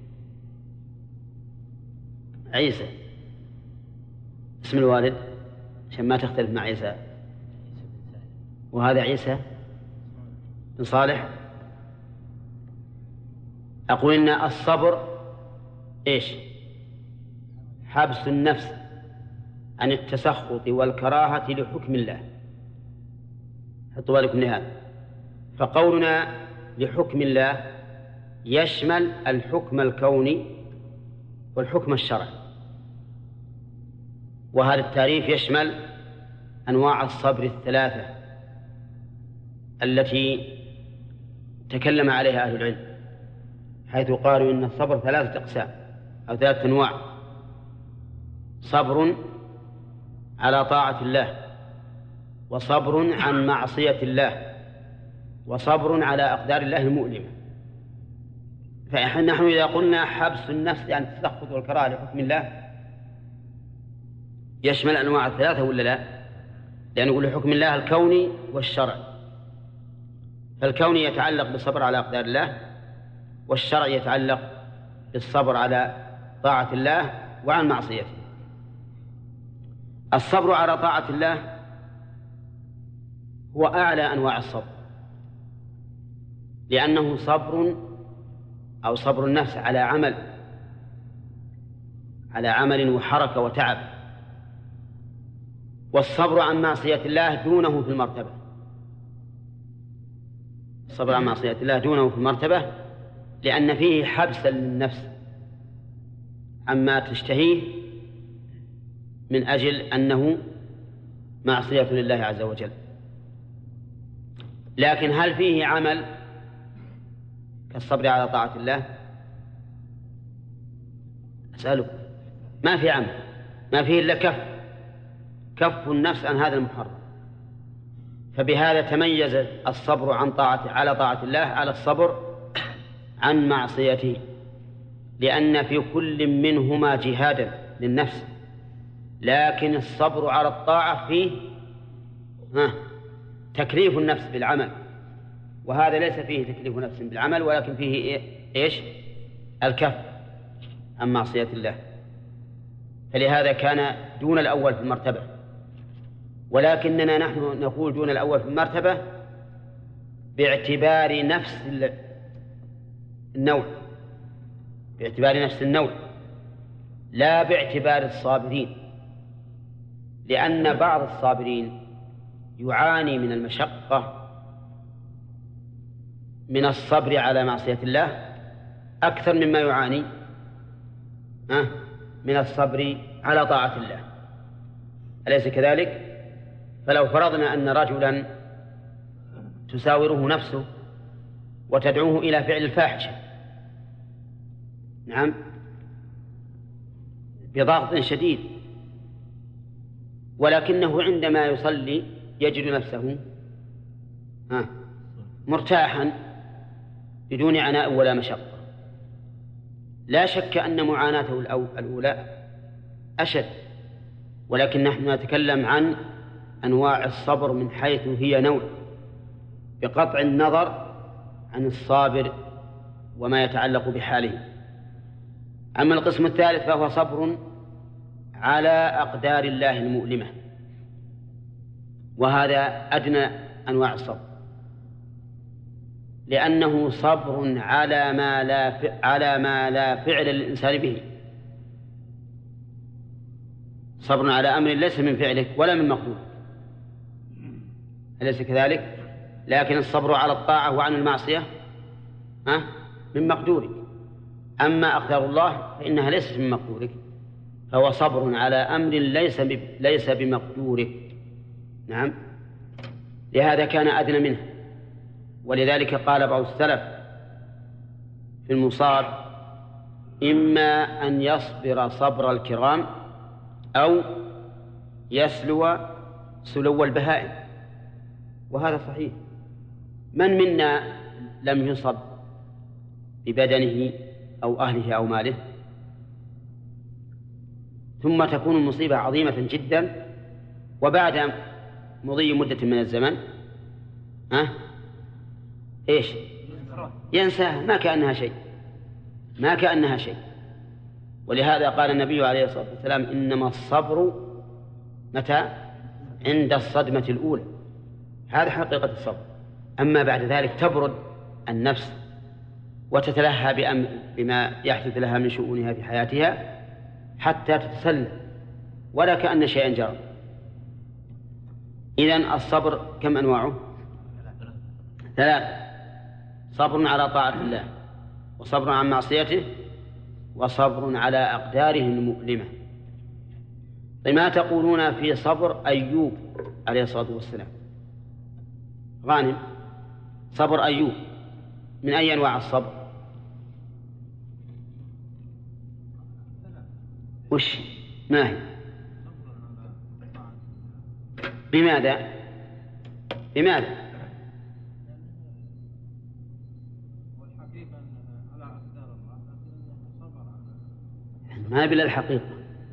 عيسى اسم الوالد عشان ما تختلف مع عيسى، وهذا عيسى بن صالح. أقول إن الصبر إيش؟ حبس النفس عن التسخط والكراهة لحكم الله. حطوا بالكم لهذا. فقولنا لحكم الله يشمل الحكم الكوني والحكم الشرعي، وهذا التعريف يشمل أنواع الصبر الثلاثة التي تكلم عليها أهل العلم، حيث قالوا إن الصبر ثلاثة أقسام أو ثلاثة أنواع: صبر على طاعة الله، وصبر عن معصية الله، وصبر على أقدار الله المؤلمة. فنحن إذا قلنا حبس النفس يعني التسخط والكراهة لحكم الله يشمل أنواع الثلاثة ولا لا؟ لأن نقول لحكم الله الكوني والشرعي، فالكوني يتعلق بالصبر على أقدار الله، والشرع يتعلق بالصبر على طاعة الله وعن معصيته. الصبر على طاعة الله هو أعلى أنواع الصبر، لأنه صبر أو صبر النفس على عمل على عمل وحركة وتعب. والصبر عن معصية الله دونه في المرتبة، الصبر عن معصية الله دونه في المرتبة لأن فيه حبسا للنفس عما تشتهيه من أجل أنه معصية لله عز وجل. لكن هل فيه عمل كالصبر على طاعة الله؟ أسألك. ما في عمل، ما فيه إلا كف كف النفس عن هذا المحرم. فبهذا تميز الصبر عن طاعة على طاعة الله على الصبر عن معصيته، لأن في كل منهما جهادا للنفس، لكن الصبر على الطاعة فيه ها تكليف النفس بالعمل، وهذا ليس فيه تكليف نفس بالعمل، ولكن فيه إيش؟ الكف عن معصية الله. فلهذا كان دون الأول في المرتبة، ولكننا نحن نقول دون الأول في المرتبة باعتبار نفس النوع، باعتبار نفس النوع لا باعتبار الصابرين، لأن بعض الصابرين يعاني من المشقة من الصبر على معصية الله أكثر مما يعاني من الصبر على طاعة الله، أليس كذلك؟ فلو فرضنا أن رجلا تساوره نفسه وتدعوه إلى فعل الفاحشة، نعم، بضغط شديد، ولكنه عندما يصلي يجد نفسه مرتاحا بدون عناء ولا مشقة، لا شك أن معاناته الأولى أشد، ولكن نحن نتكلم عن أنواع الصبر من حيث هي نوع، بقطع النظر عن الصابر وما يتعلق بحاله. أما القسم الثالث فهو صبر على أقدار الله المؤلمة، وهذا أدنى أنواع الصبر، لأنه صبر على ما لا على ما لا فعل للإنسان به، صبر على أمر ليس من فعلك ولا من مقدورك، أليس كذلك؟ لكن الصبر على الطاعة وعن المعصية ها من مقدورك، أما أقدار الله فإنها ليست من مقدورك، فهو صبر على أمر ليس ليس بمقدورك، نعم، لهذا كان أدنى منه. ولذلك قال بعض السلف في المصاب: إما أن يصبر صبر الكرام أو يسلو سلو البهائم، وهذا صحيح. من منا لم يصب ببدنه أو أهله أو ماله ثم تكون المصيبة عظيمة جدا، وبعد مضي مدة من الزمن ها إيش ينساها، ما كأنها شيء، ما كأنها شيء. ولهذا قال النبي عليه الصلاة والسلام: إنما الصبر متى؟ عند الصدمة الأولى. هذا حقيقة الصبر. أما بعد ذلك تبرد النفس وتتلهى بما يحدث لها من شؤونها في حياتها حتى تتسلى ولا كأن شيئا جرى. إذن الصبر كم أنواعه؟ ثلاثة: صبر على طاعة الله، وصبر عن معصيته، وصبر على أقداره المؤلمة. ما تقولون في صبر أيوب عليه الصلاة والسلام؟ غانم، صبر أيوب من أي أنواع الصبر؟ وش ما هي؟ بماذا؟ بماذا؟ ما بلا الحقيقة،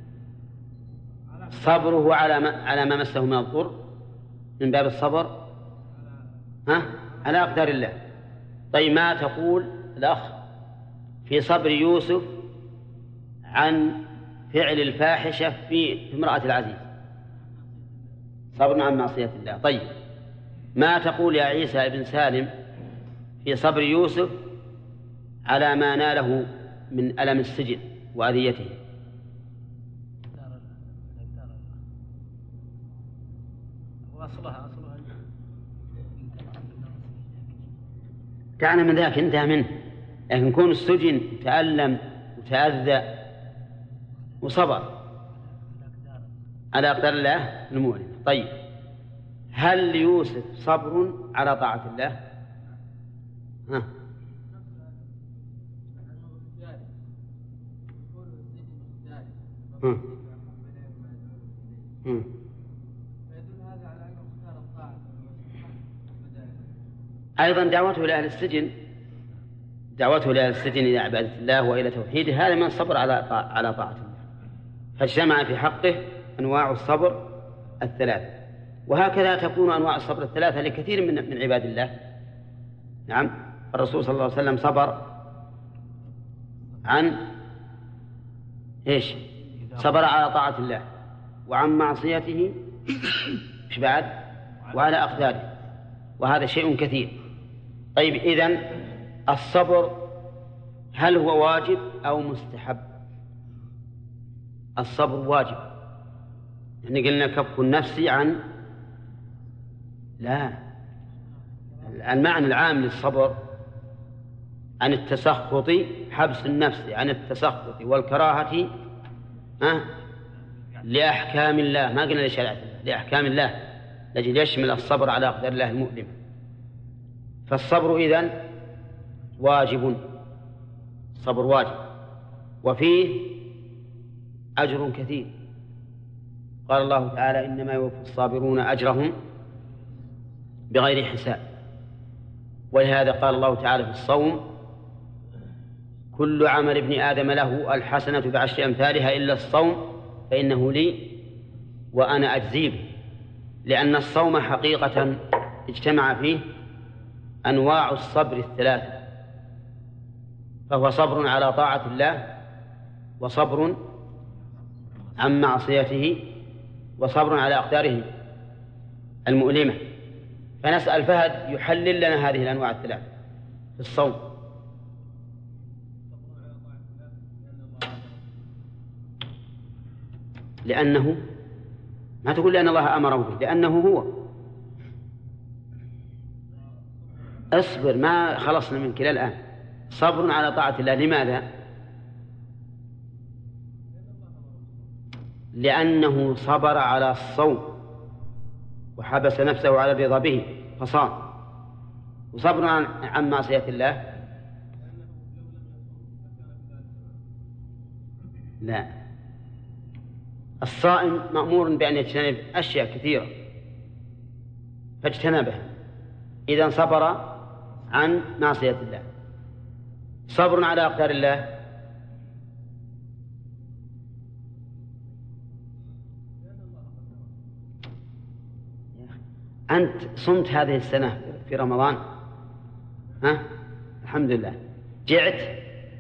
صبره على ما على ما مسه من الضر من باب الصبر ها على أقدار الله. طيب ما تقول الأخ في صبر يوسف عن فعل الفاحشة في امرأة العزيز؟ صبر عن معصية الله. طيب ما تقول يا عيسى ابن سالم في صبر يوسف على ما ناله من ألم السجن وأذيته؟ دعنا من ذاك، انتهى منه. لكن كون السجن تألم وتأذى وصبر على أقدار الله المؤلم. طيب هل ليوسف صبر على طاعة الله؟ ها هم. هم. أيضا دعوته إلى أهل السجن، دعوته إلى أهل السجن إلى عبادة الله وإلى توحيده، هذا من الصبر على على طاعة الله. فاجتمع في حقه أنواع الصبر الثلاثة. وهكذا تكون أنواع الصبر الثلاثة لكثير من من عباد الله. نعم، الرسول صلى الله عليه وسلم صبر عن إيش؟ صبر على طاعة الله وعن معصيته إيش بعد؟ وعلى أقداره، وهذا شيء كثير. طيب إذن الصبر هل هو واجب أو مستحب؟ الصبر واجب، يعني قلنا كف النفس عن لا المعنى العام للصبر عن التسخط، حبس النفس عن التسخط والكراهة ها لأحكام الله، ما قلنا لشريعة الله، لأحكام الله لجل يشمل الصبر على أقدار الله المؤلمة. فالصبر إذن واجب، الصبر واجب، وفيه أجر كثير. قال الله تعالى: إنما يوفى الصابرون أجرهم بغير حساب. ولهذا قال الله تعالى في الصوم: كل عمل ابن آدم له الحسنة بعشر أمثالها إلا الصوم فإنه لي وأنا أجزي به. لأن الصوم حقيقة اجتمع فيه أنواع الصبر الثلاثة، فهو صبر على طاعة الله، وصبر عن معصيته، وصبر على أقداره المؤلمة. فنسأل فهد يحلل لنا هذه الأنواع الثلاثة في الصوم. لأنه ما تقول لأن الله أمره به، لأنه هو. اصبر، ما خلصنا من كلا الآن. صبر على طاعة الله، لماذا؟ لأنه صبر على الصوم وحبس نفسه على الرضا به فصام. وصبر عن, عن معصية الله لا، الصائم مأمور بأن يجتنب أشياء كثيرة فاجتنبها، إذا صبر عن معصية الله. صبر على أقدار الله أنت صمت هذه السنة في رمضان، ها؟ الحمد لله. جعت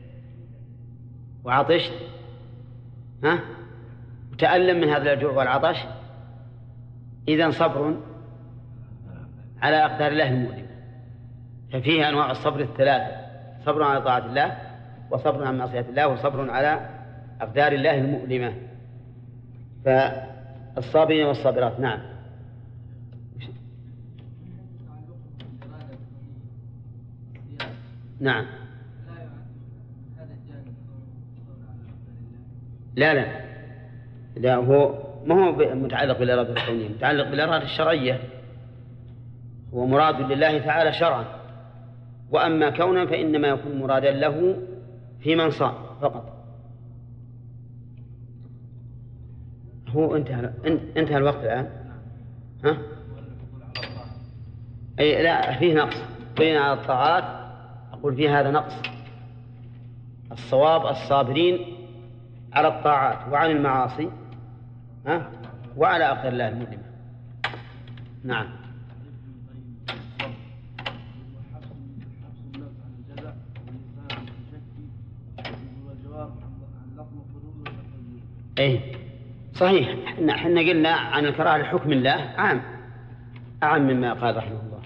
وعطشت، ها؟ وتألم من هذا الجوع والعطش، إذن صبر على أقدار الله المؤلمة. ففيها أنواع الصبر الثلاثة: صبر على طاعة الله، وصبر عن معصية الله، وصبر على أقدار الله المؤلمة. فالصابرين والصابرات. نعم. نعم. لا لا لا هو ما هو متعلق بالإرادة الكونية، متعلق بالإرادة الشرعية. هو مراد لله تعالى شرعا، وأما كونا فإنما يكون مرادا له في من صام فقط. هو انتهى انتهى الوقت الآن. ها؟ أي لا، فيه نقص. بين على الطاعات أقول فيه هذا نقص. الصواب الصابرين على الطاعات وعن المعاصي، ها؟ وعلى أقدار الله المؤلمة. نعم. أي صحيح. احنا قلنا عن الكراهة لحكم الله عام أعم مما قال رحمه الله: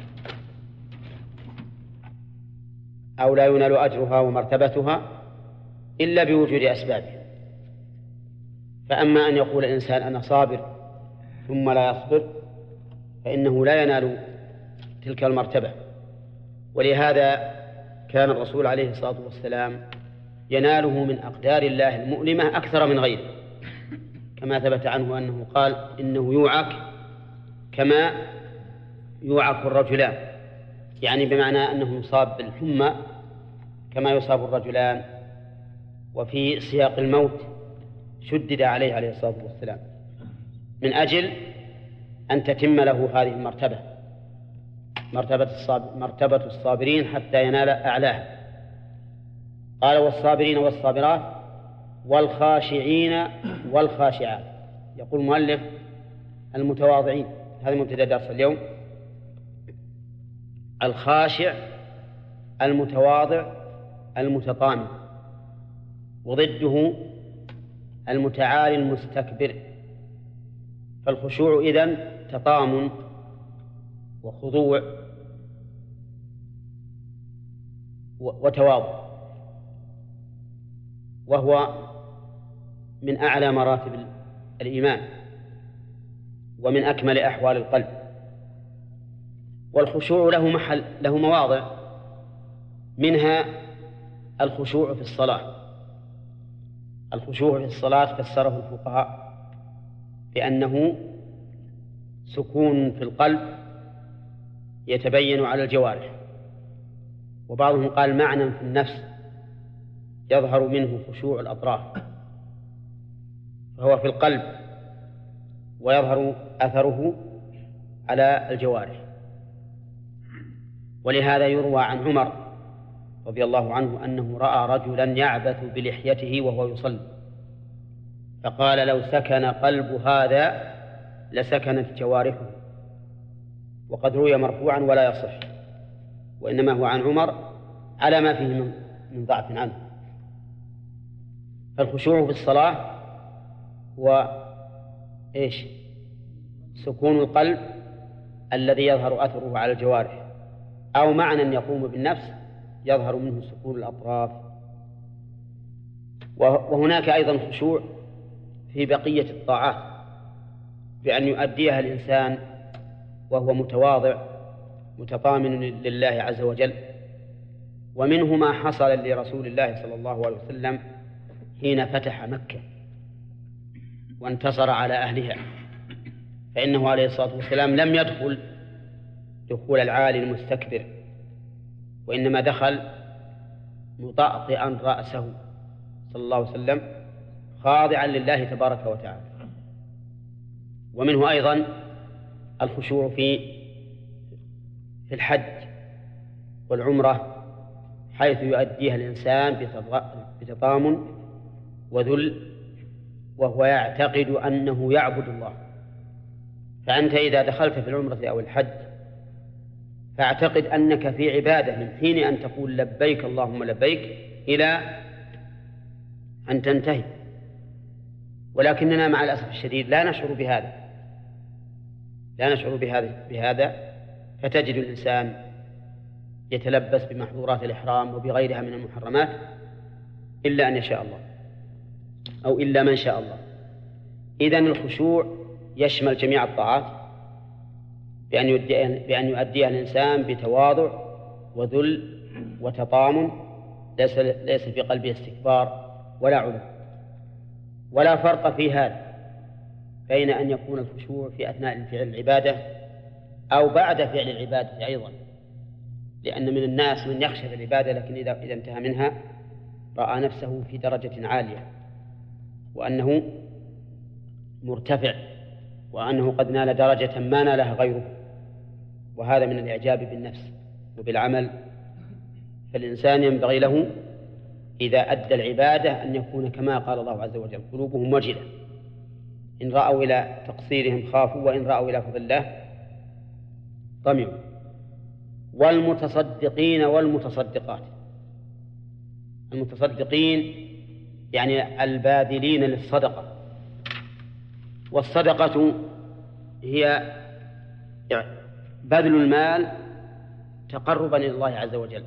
أو لا ينال أجرها ومرتبتها إلا بوجود أسبابها. فأما أن يقول الإنسان أنا صابر ثم لا يصبر فإنه لا ينال تلك المرتبة. ولهذا كان الرسول عليه الصلاة والسلام يناله من أقدار الله المؤلمة أكثر من غيره، كما ثبت عنه أنه قال: إنه يوعك كما يوعك الرجلان، يعني بمعنى أنه يصاب بالحمى كما يصاب الرجلان. وفي سياق الموت شدد عليه عليه الصلاة والسلام من أجل أن تتم له هذه المرتبة، مرتبة الصابر مرتبة الصابرين حتى ينال أعلاها. قال: والصابرين والصابرات والخاشعين والخاشعات. يقول المؤلف: المتواضعين. هذا مبتدأ درس اليوم. الخاشع المتواضع المتطامن، وضده المتعالي المستكبر. فالخشوع إذن تطامن وخضوع وتواضع، وهو من أعلى مراتب الإيمان ومن أكمل أحوال القلب. والخشوع له محل له مواضع، منها الخشوع في الصلاة. الخشوع في الصلاة فسره الفقهاء بأنه سكون في القلب يتبين على الجوارح، وبعضهم قال معنى في النفس يظهر منه خشوع الأطراف، فهو في القلب ويظهر أثره على الجوارح. ولهذا يروى عن عمر رضي الله عنه أنه رأى رجلا يعبث بلحيته وهو يصلي، فقال: لو سكن قلب هذا لسكنت جوارحه. وقد روي مرفوعا ولا يصح، وإنما هو عن عمر على ما فيه من ضعف عنه. فالخشوع في الصلاة هو إيش؟ سكون القلب الذي يظهر أثره على الجوارح، أو معنى يقوم بالنفس يظهر منه سكون الأطراف. وهناك أيضا خشوع في بقية الطاعات بأن يؤديها الإنسان وهو متواضع متطامن لله عز وجل. ومنه ما حصل لرسول الله صلى الله عليه وسلم حين فتح مكة وانتصر على أهلها، فإنه عليه الصلاة والسلام لم يدخل دخول العالي المستكبر، وإنما دخل مطأطئا رأسه صلى الله عليه وسلم خاضعا لله تبارك وتعالى. ومنه أيضا الخشوع في في الحج والعمرة، حيث يؤديها الإنسان بتضامن وذل، وهو يعتقد أنه يعبد الله. فأنت إذا دخلت في العمرة أو الحج فاعتقد أنك في عبادة من حين أن تقول لبيك اللهم لبيك إلى أن تنتهي، ولكننا مع الأسف الشديد لا نشعر بهذا لا نشعر بهذا بهذا فتجد الإنسان يتلبس بمحظورات الإحرام وبغيرها من المحرمات إلا أن يشاء الله أو إلا من شاء الله. إذن الخشوع يشمل جميع الطاعات بأن يؤديها بأن يؤديها الإنسان بتواضع وذل وتطامن، ليس ليس في قلبه استكبار ولا علو. ولا فرق في هذا بين أن يكون الخشوع في أثناء فعل العبادة أو بعد فعل العبادة أيضا، لأن من الناس من يخشى العبادة لكن إذا إذا انتهى منها رأى نفسه في درجة عالية وأنه مرتفع وأنه قد نال درجة ما نالها غيره، وهذا من الإعجاب بالنفس وبالعمل. فالإنسان ينبغي له إذا أدى العبادة أن يكون كما قال الله عز وجل قلوبهم وجلة، إن رأوا إلى تقصيرهم خافوا وإن رأوا إلى فضل الله طمعوا. والمتصدقين والمتصدقات، المتصدقين يعني الباذلين للصدقة. والصدقة هي بذل المال تقربا إلى الله عز وجل،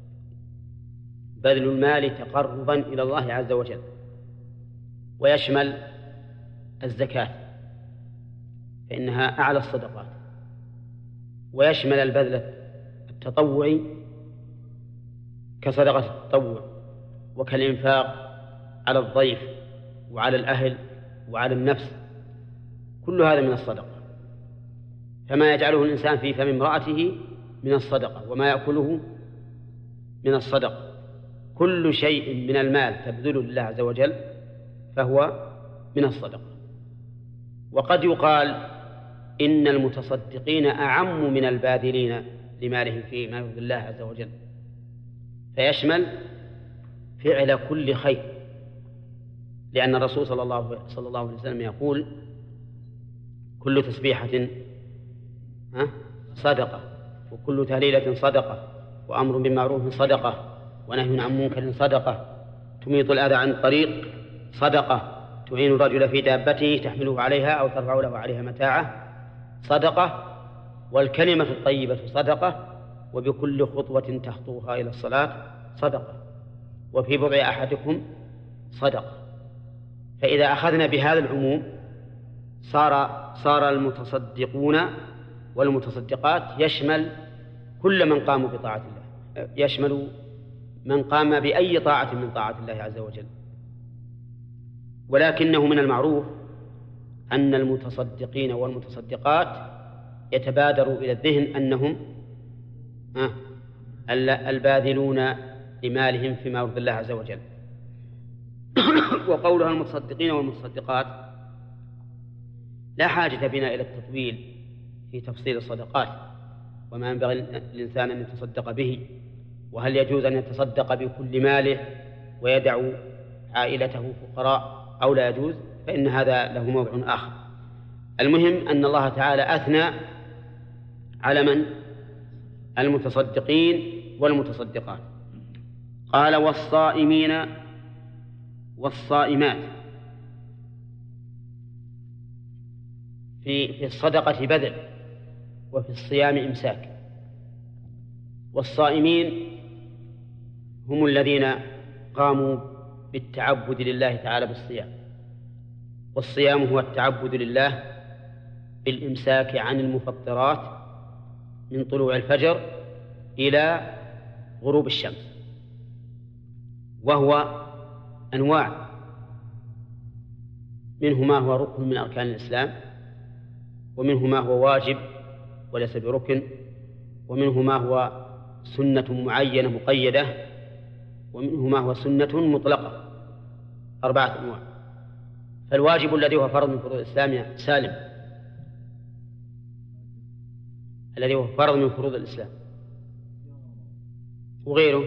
بذل المال تقربا إلى الله عز وجل، ويشمل الزكاة فإنها أعلى الصدقات، ويشمل البذل التطوعي كصدقة التطوع وكالإنفاق على الضيف وعلى الأهل وعلى النفس، كل هذا من الصدقة. فما يجعله الإنسان في فم امرأته من الصدقة، وما يأكله من الصدقة، كل شيء من المال تبذله لله عز وجل فهو من الصدقة. وقد يقال إن المتصدقين أعم من الباذلين لمالهم فيما يرضي الله عز وجل، فيشمل فعل كل خير، لأن الرسول صلى الله صلى الله عليه وسلم يقول كل تسبيحة صدقة، وكل تهليلة صدقة، وأمر بالمعروف صدقة، ونهي عن منكر صدقة، تميط الأذى عن الطريق صدقة، تعين الرجل في دابته تحمله عليها أو ترفع له عليها متاعه صدقة، والكلمة الطيبة صدقة، وبكل خطوة تخطوها إلى الصلاة صدقة، وفي بضع أحدكم صدقة. فإذا أخذنا بهذا العموم صار صار المتصدقون والمتصدقات يشمل كل من قاموا بطاعة الله، يشمل من قام بأي طاعة من طاعة الله عز وجل. ولكنه من المعروف أن المتصدقين والمتصدقات يتبادر إلى الذهن أنهم الباذلون لمالهم فيما يرضي الله عز وجل. وقولها المتصدقين والمتصدقات لا حاجة بنا إلى التطويل في تفصيل الصدقات، وما ينبغي الإنسان أن يتصدق به، وهل يجوز أن يتصدق بكل ماله ويدع عائلته فقراء أو لا يجوز، فإن هذا له موضع آخر. المهم أن الله تعالى أثنى على من؟ المتصدقين والمتصدقات. قال والصائمين والصائمات. في في الصدقة بذل، وفي الصيام إمساك. والصائمين هم الذين قاموا بالتعبد لله تعالى بالصيام، والصيام هو التعبد لله بالإمساك عن المفطرات من طلوع الفجر إلى غروب الشمس، وهو أنواع، منه ما هو ركن من أركان الإسلام، ومنه ما هو واجب وليس بركن، ومنه ما هو سنة معينة مقيدة، ومنه ما هو سنة مطلقة، أربعة أنواع. فالواجب الذي هو فرض من فروض الإسلام سالم، الذي هو فرض من فروض الإسلام، وغيره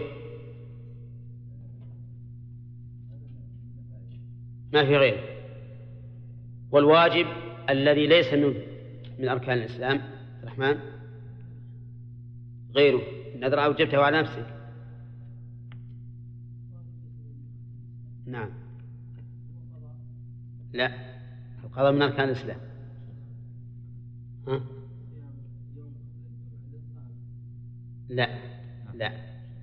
ما في غيره. والواجب الذي ليس من من أركان الإسلام الرحمن غيره، النذر أوجبته على نفسك. نعم، لا، القضاء من أركان الإسلام. ها؟ لا لا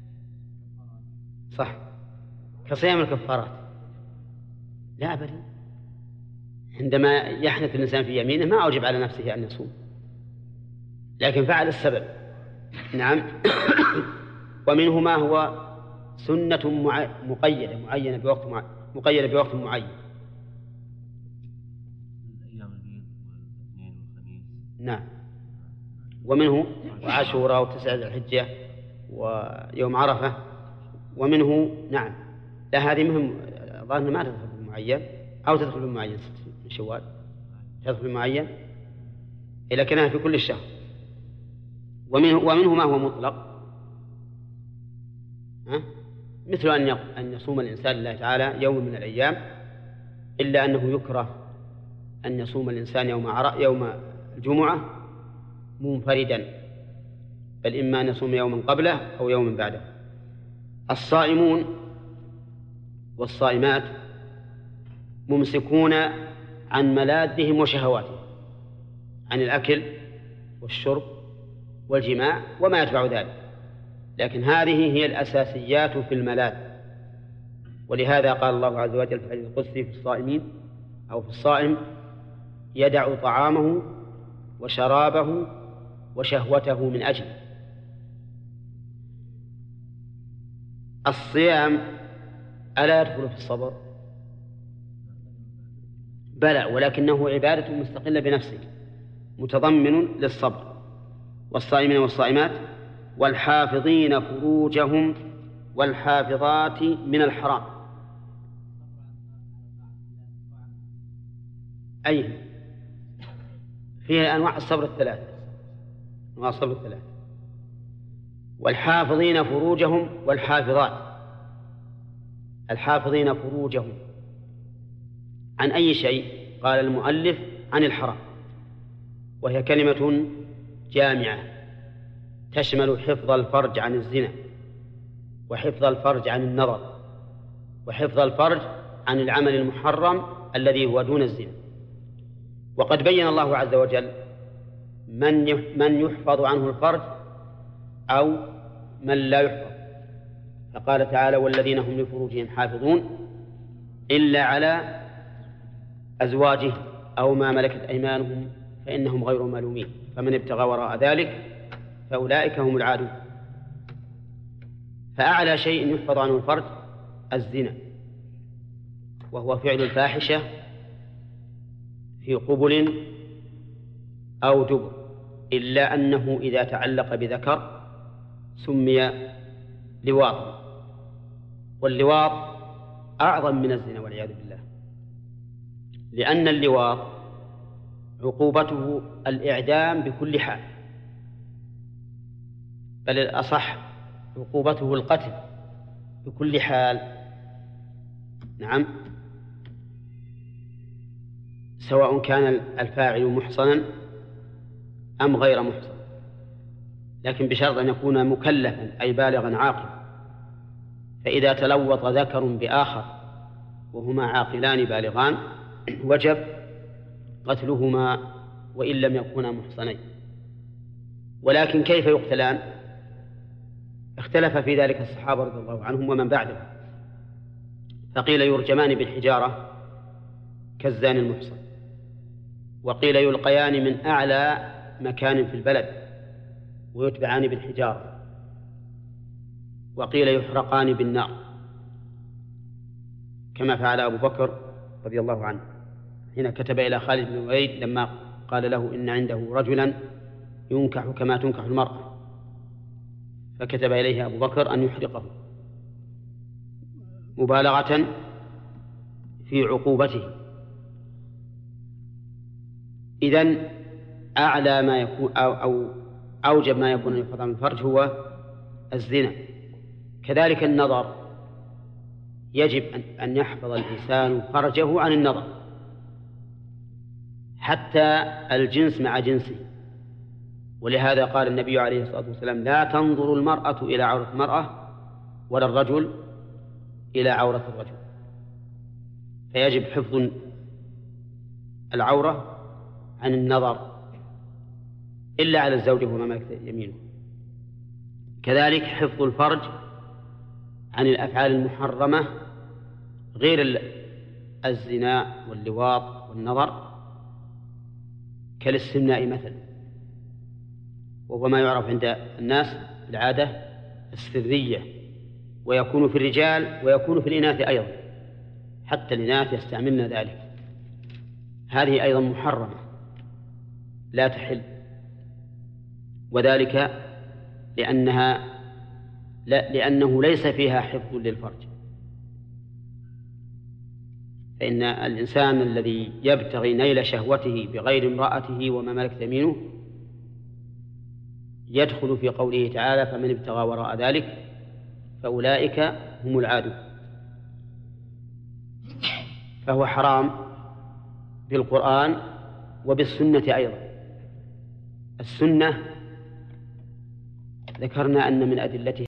صح، كصيام الكفارات لا أبدا. عندما يحنث الإنسان في يمينه ما أوجب على نفسه أن يصوم، لكن فعل السبب. نعم. ومنه ما هو سنة مقيدة معينة بوقت معين، مقيدة بوقت معين. نعم. ومنه وعاشوراء وتسعة الحجة ويوم عرفة. ومنه نعم، لا هذه مهم، ظاهر ما تدخل بالمعين أو تدخل بالمعين من شوال، تدخل بالمعين إلا كانها في كل الشهر. ومنه, ومنه ما هو مطلق، ها؟ مثل أن يصوم الإنسان لله تعالى يوم من الأيام، إلا أنه يكره أن يصوم الإنسان يوم يوم الجمعة منفردا، بل إما أن يصوم يوما قبله أو يوما بعده. الصائمون والصائمات ممسكون عن ملاذهم وشهواتهم، عن الأكل والشرب والجماع وما يتبع ذلك، لكن هذه هي الأساسيات في الملاذ. ولهذا قال الله عز وجل في الحديث القدسي في الصائمين أو في الصائم: يدع طعامه وشرابه وشهوته من أجله. الصيام ألا يدخل في الصبر؟ بلى، ولكنه عبادة مستقلة بنفسه متضمن للصبر. والصائمين والصائمات والحافظين فروجهم والحافظات من الحرام. أي فيها أنواع الصبر الثلاثة، أنواع الصبر الثلاثة. والحافظين فروجهم والحافظات، الحافظين فروجهم عن أي شيء؟ قال المؤلف: عن الحرام، وهي كلمة جامعة تشمل حفظ الفرج عن الزنا، وحفظ الفرج عن النظر، وحفظ الفرج عن العمل المحرم الذي هو دون الزنا. وقد بين الله عز وجل من من يحفظ عنه الفرج أو من لا يحفظ، فقال تعالى: والذين هم لفروجهم حافظون إلا على أزواجهم أو ما ملكت أيمانهم فإنهم غير ملومين، فمن ابتغى وراء ذلك فأولئك هم العادون. فأعلى شيء يحفظ عنه الفرج الزنا، وهو فعل الفاحشة في قبل أو دبر، إلا أنه إذا تعلق بذكر سمي لواط، واللواط أعظم من الزنا والعياذ بالله، لأن اللواط عقوبته الإعدام بكل حال، بل الأصح عقوبته القتل بكل حال. نعم، سواء كان الفاعل محصنا أم غير محصن، لكن بشرط أن يكون مكلفا أي بالغا عاقلا. فإذا تلوط ذكر بآخر وهما عاقلان بالغان وجب قتلهما وإن لم يكونا محصنين. ولكن كيف يقتلان؟ اختلف في ذلك الصحابة رضي الله عنهم ومن بعدهم، فقيل يرجمان بالحجارة كالزاني المحصن، وقيل يلقيان من أعلى مكان في البلد ويتبعان بالحجارة، وقيل يحرقان بالنار كما فعل أبو بكر رضي الله عنه حين كتب إلى خالد بن الوليد لما قال له إن عنده رجلا ينكح كما تنكح المرأة، فكتب إليه أبو بكر أن يحرقه مبالغة في عقوبته. إذن أعلى ما يكون أو, أو أوجب ما يكون يحفظ من الفرج هو الزنا. كذلك النظر، يجب أن يحفظ الإنسان فرجه عن النظر، حتى الجنس مع جنسه. ولهذا قال النبي عليه الصلاة والسلام: لا تنظر المرأة إلى عورة المرأة ولا الرجل إلى عورة الرجل. فيجب حفظ العورة عن النظر إلا على الزوج وما ملكت يمينه. كذلك حفظ الفرج عن الأفعال المحرمة غير الزنا واللواط والنظر، كالاستمناء مثلا، وهو ما يعرف عند الناس العادة السرية، ويكون في الرجال ويكون في الإناث أيضا، حتى الإناث يستعملن ذلك. هذه أيضا محرمة لا تحل، وذلك لأنها لا لأنه ليس فيها حفظ للفرج. فإن الإنسان الذي يبتغي نيل شهوته بغير امرأته وما ملكت يمينه يدخل في قوله تعالى: فمن ابتغى وراء ذلك فأولئك هم العادون. فهو حرام بالقرآن وبالسنة أيضا. السنة ذكرنا أن من أدلتها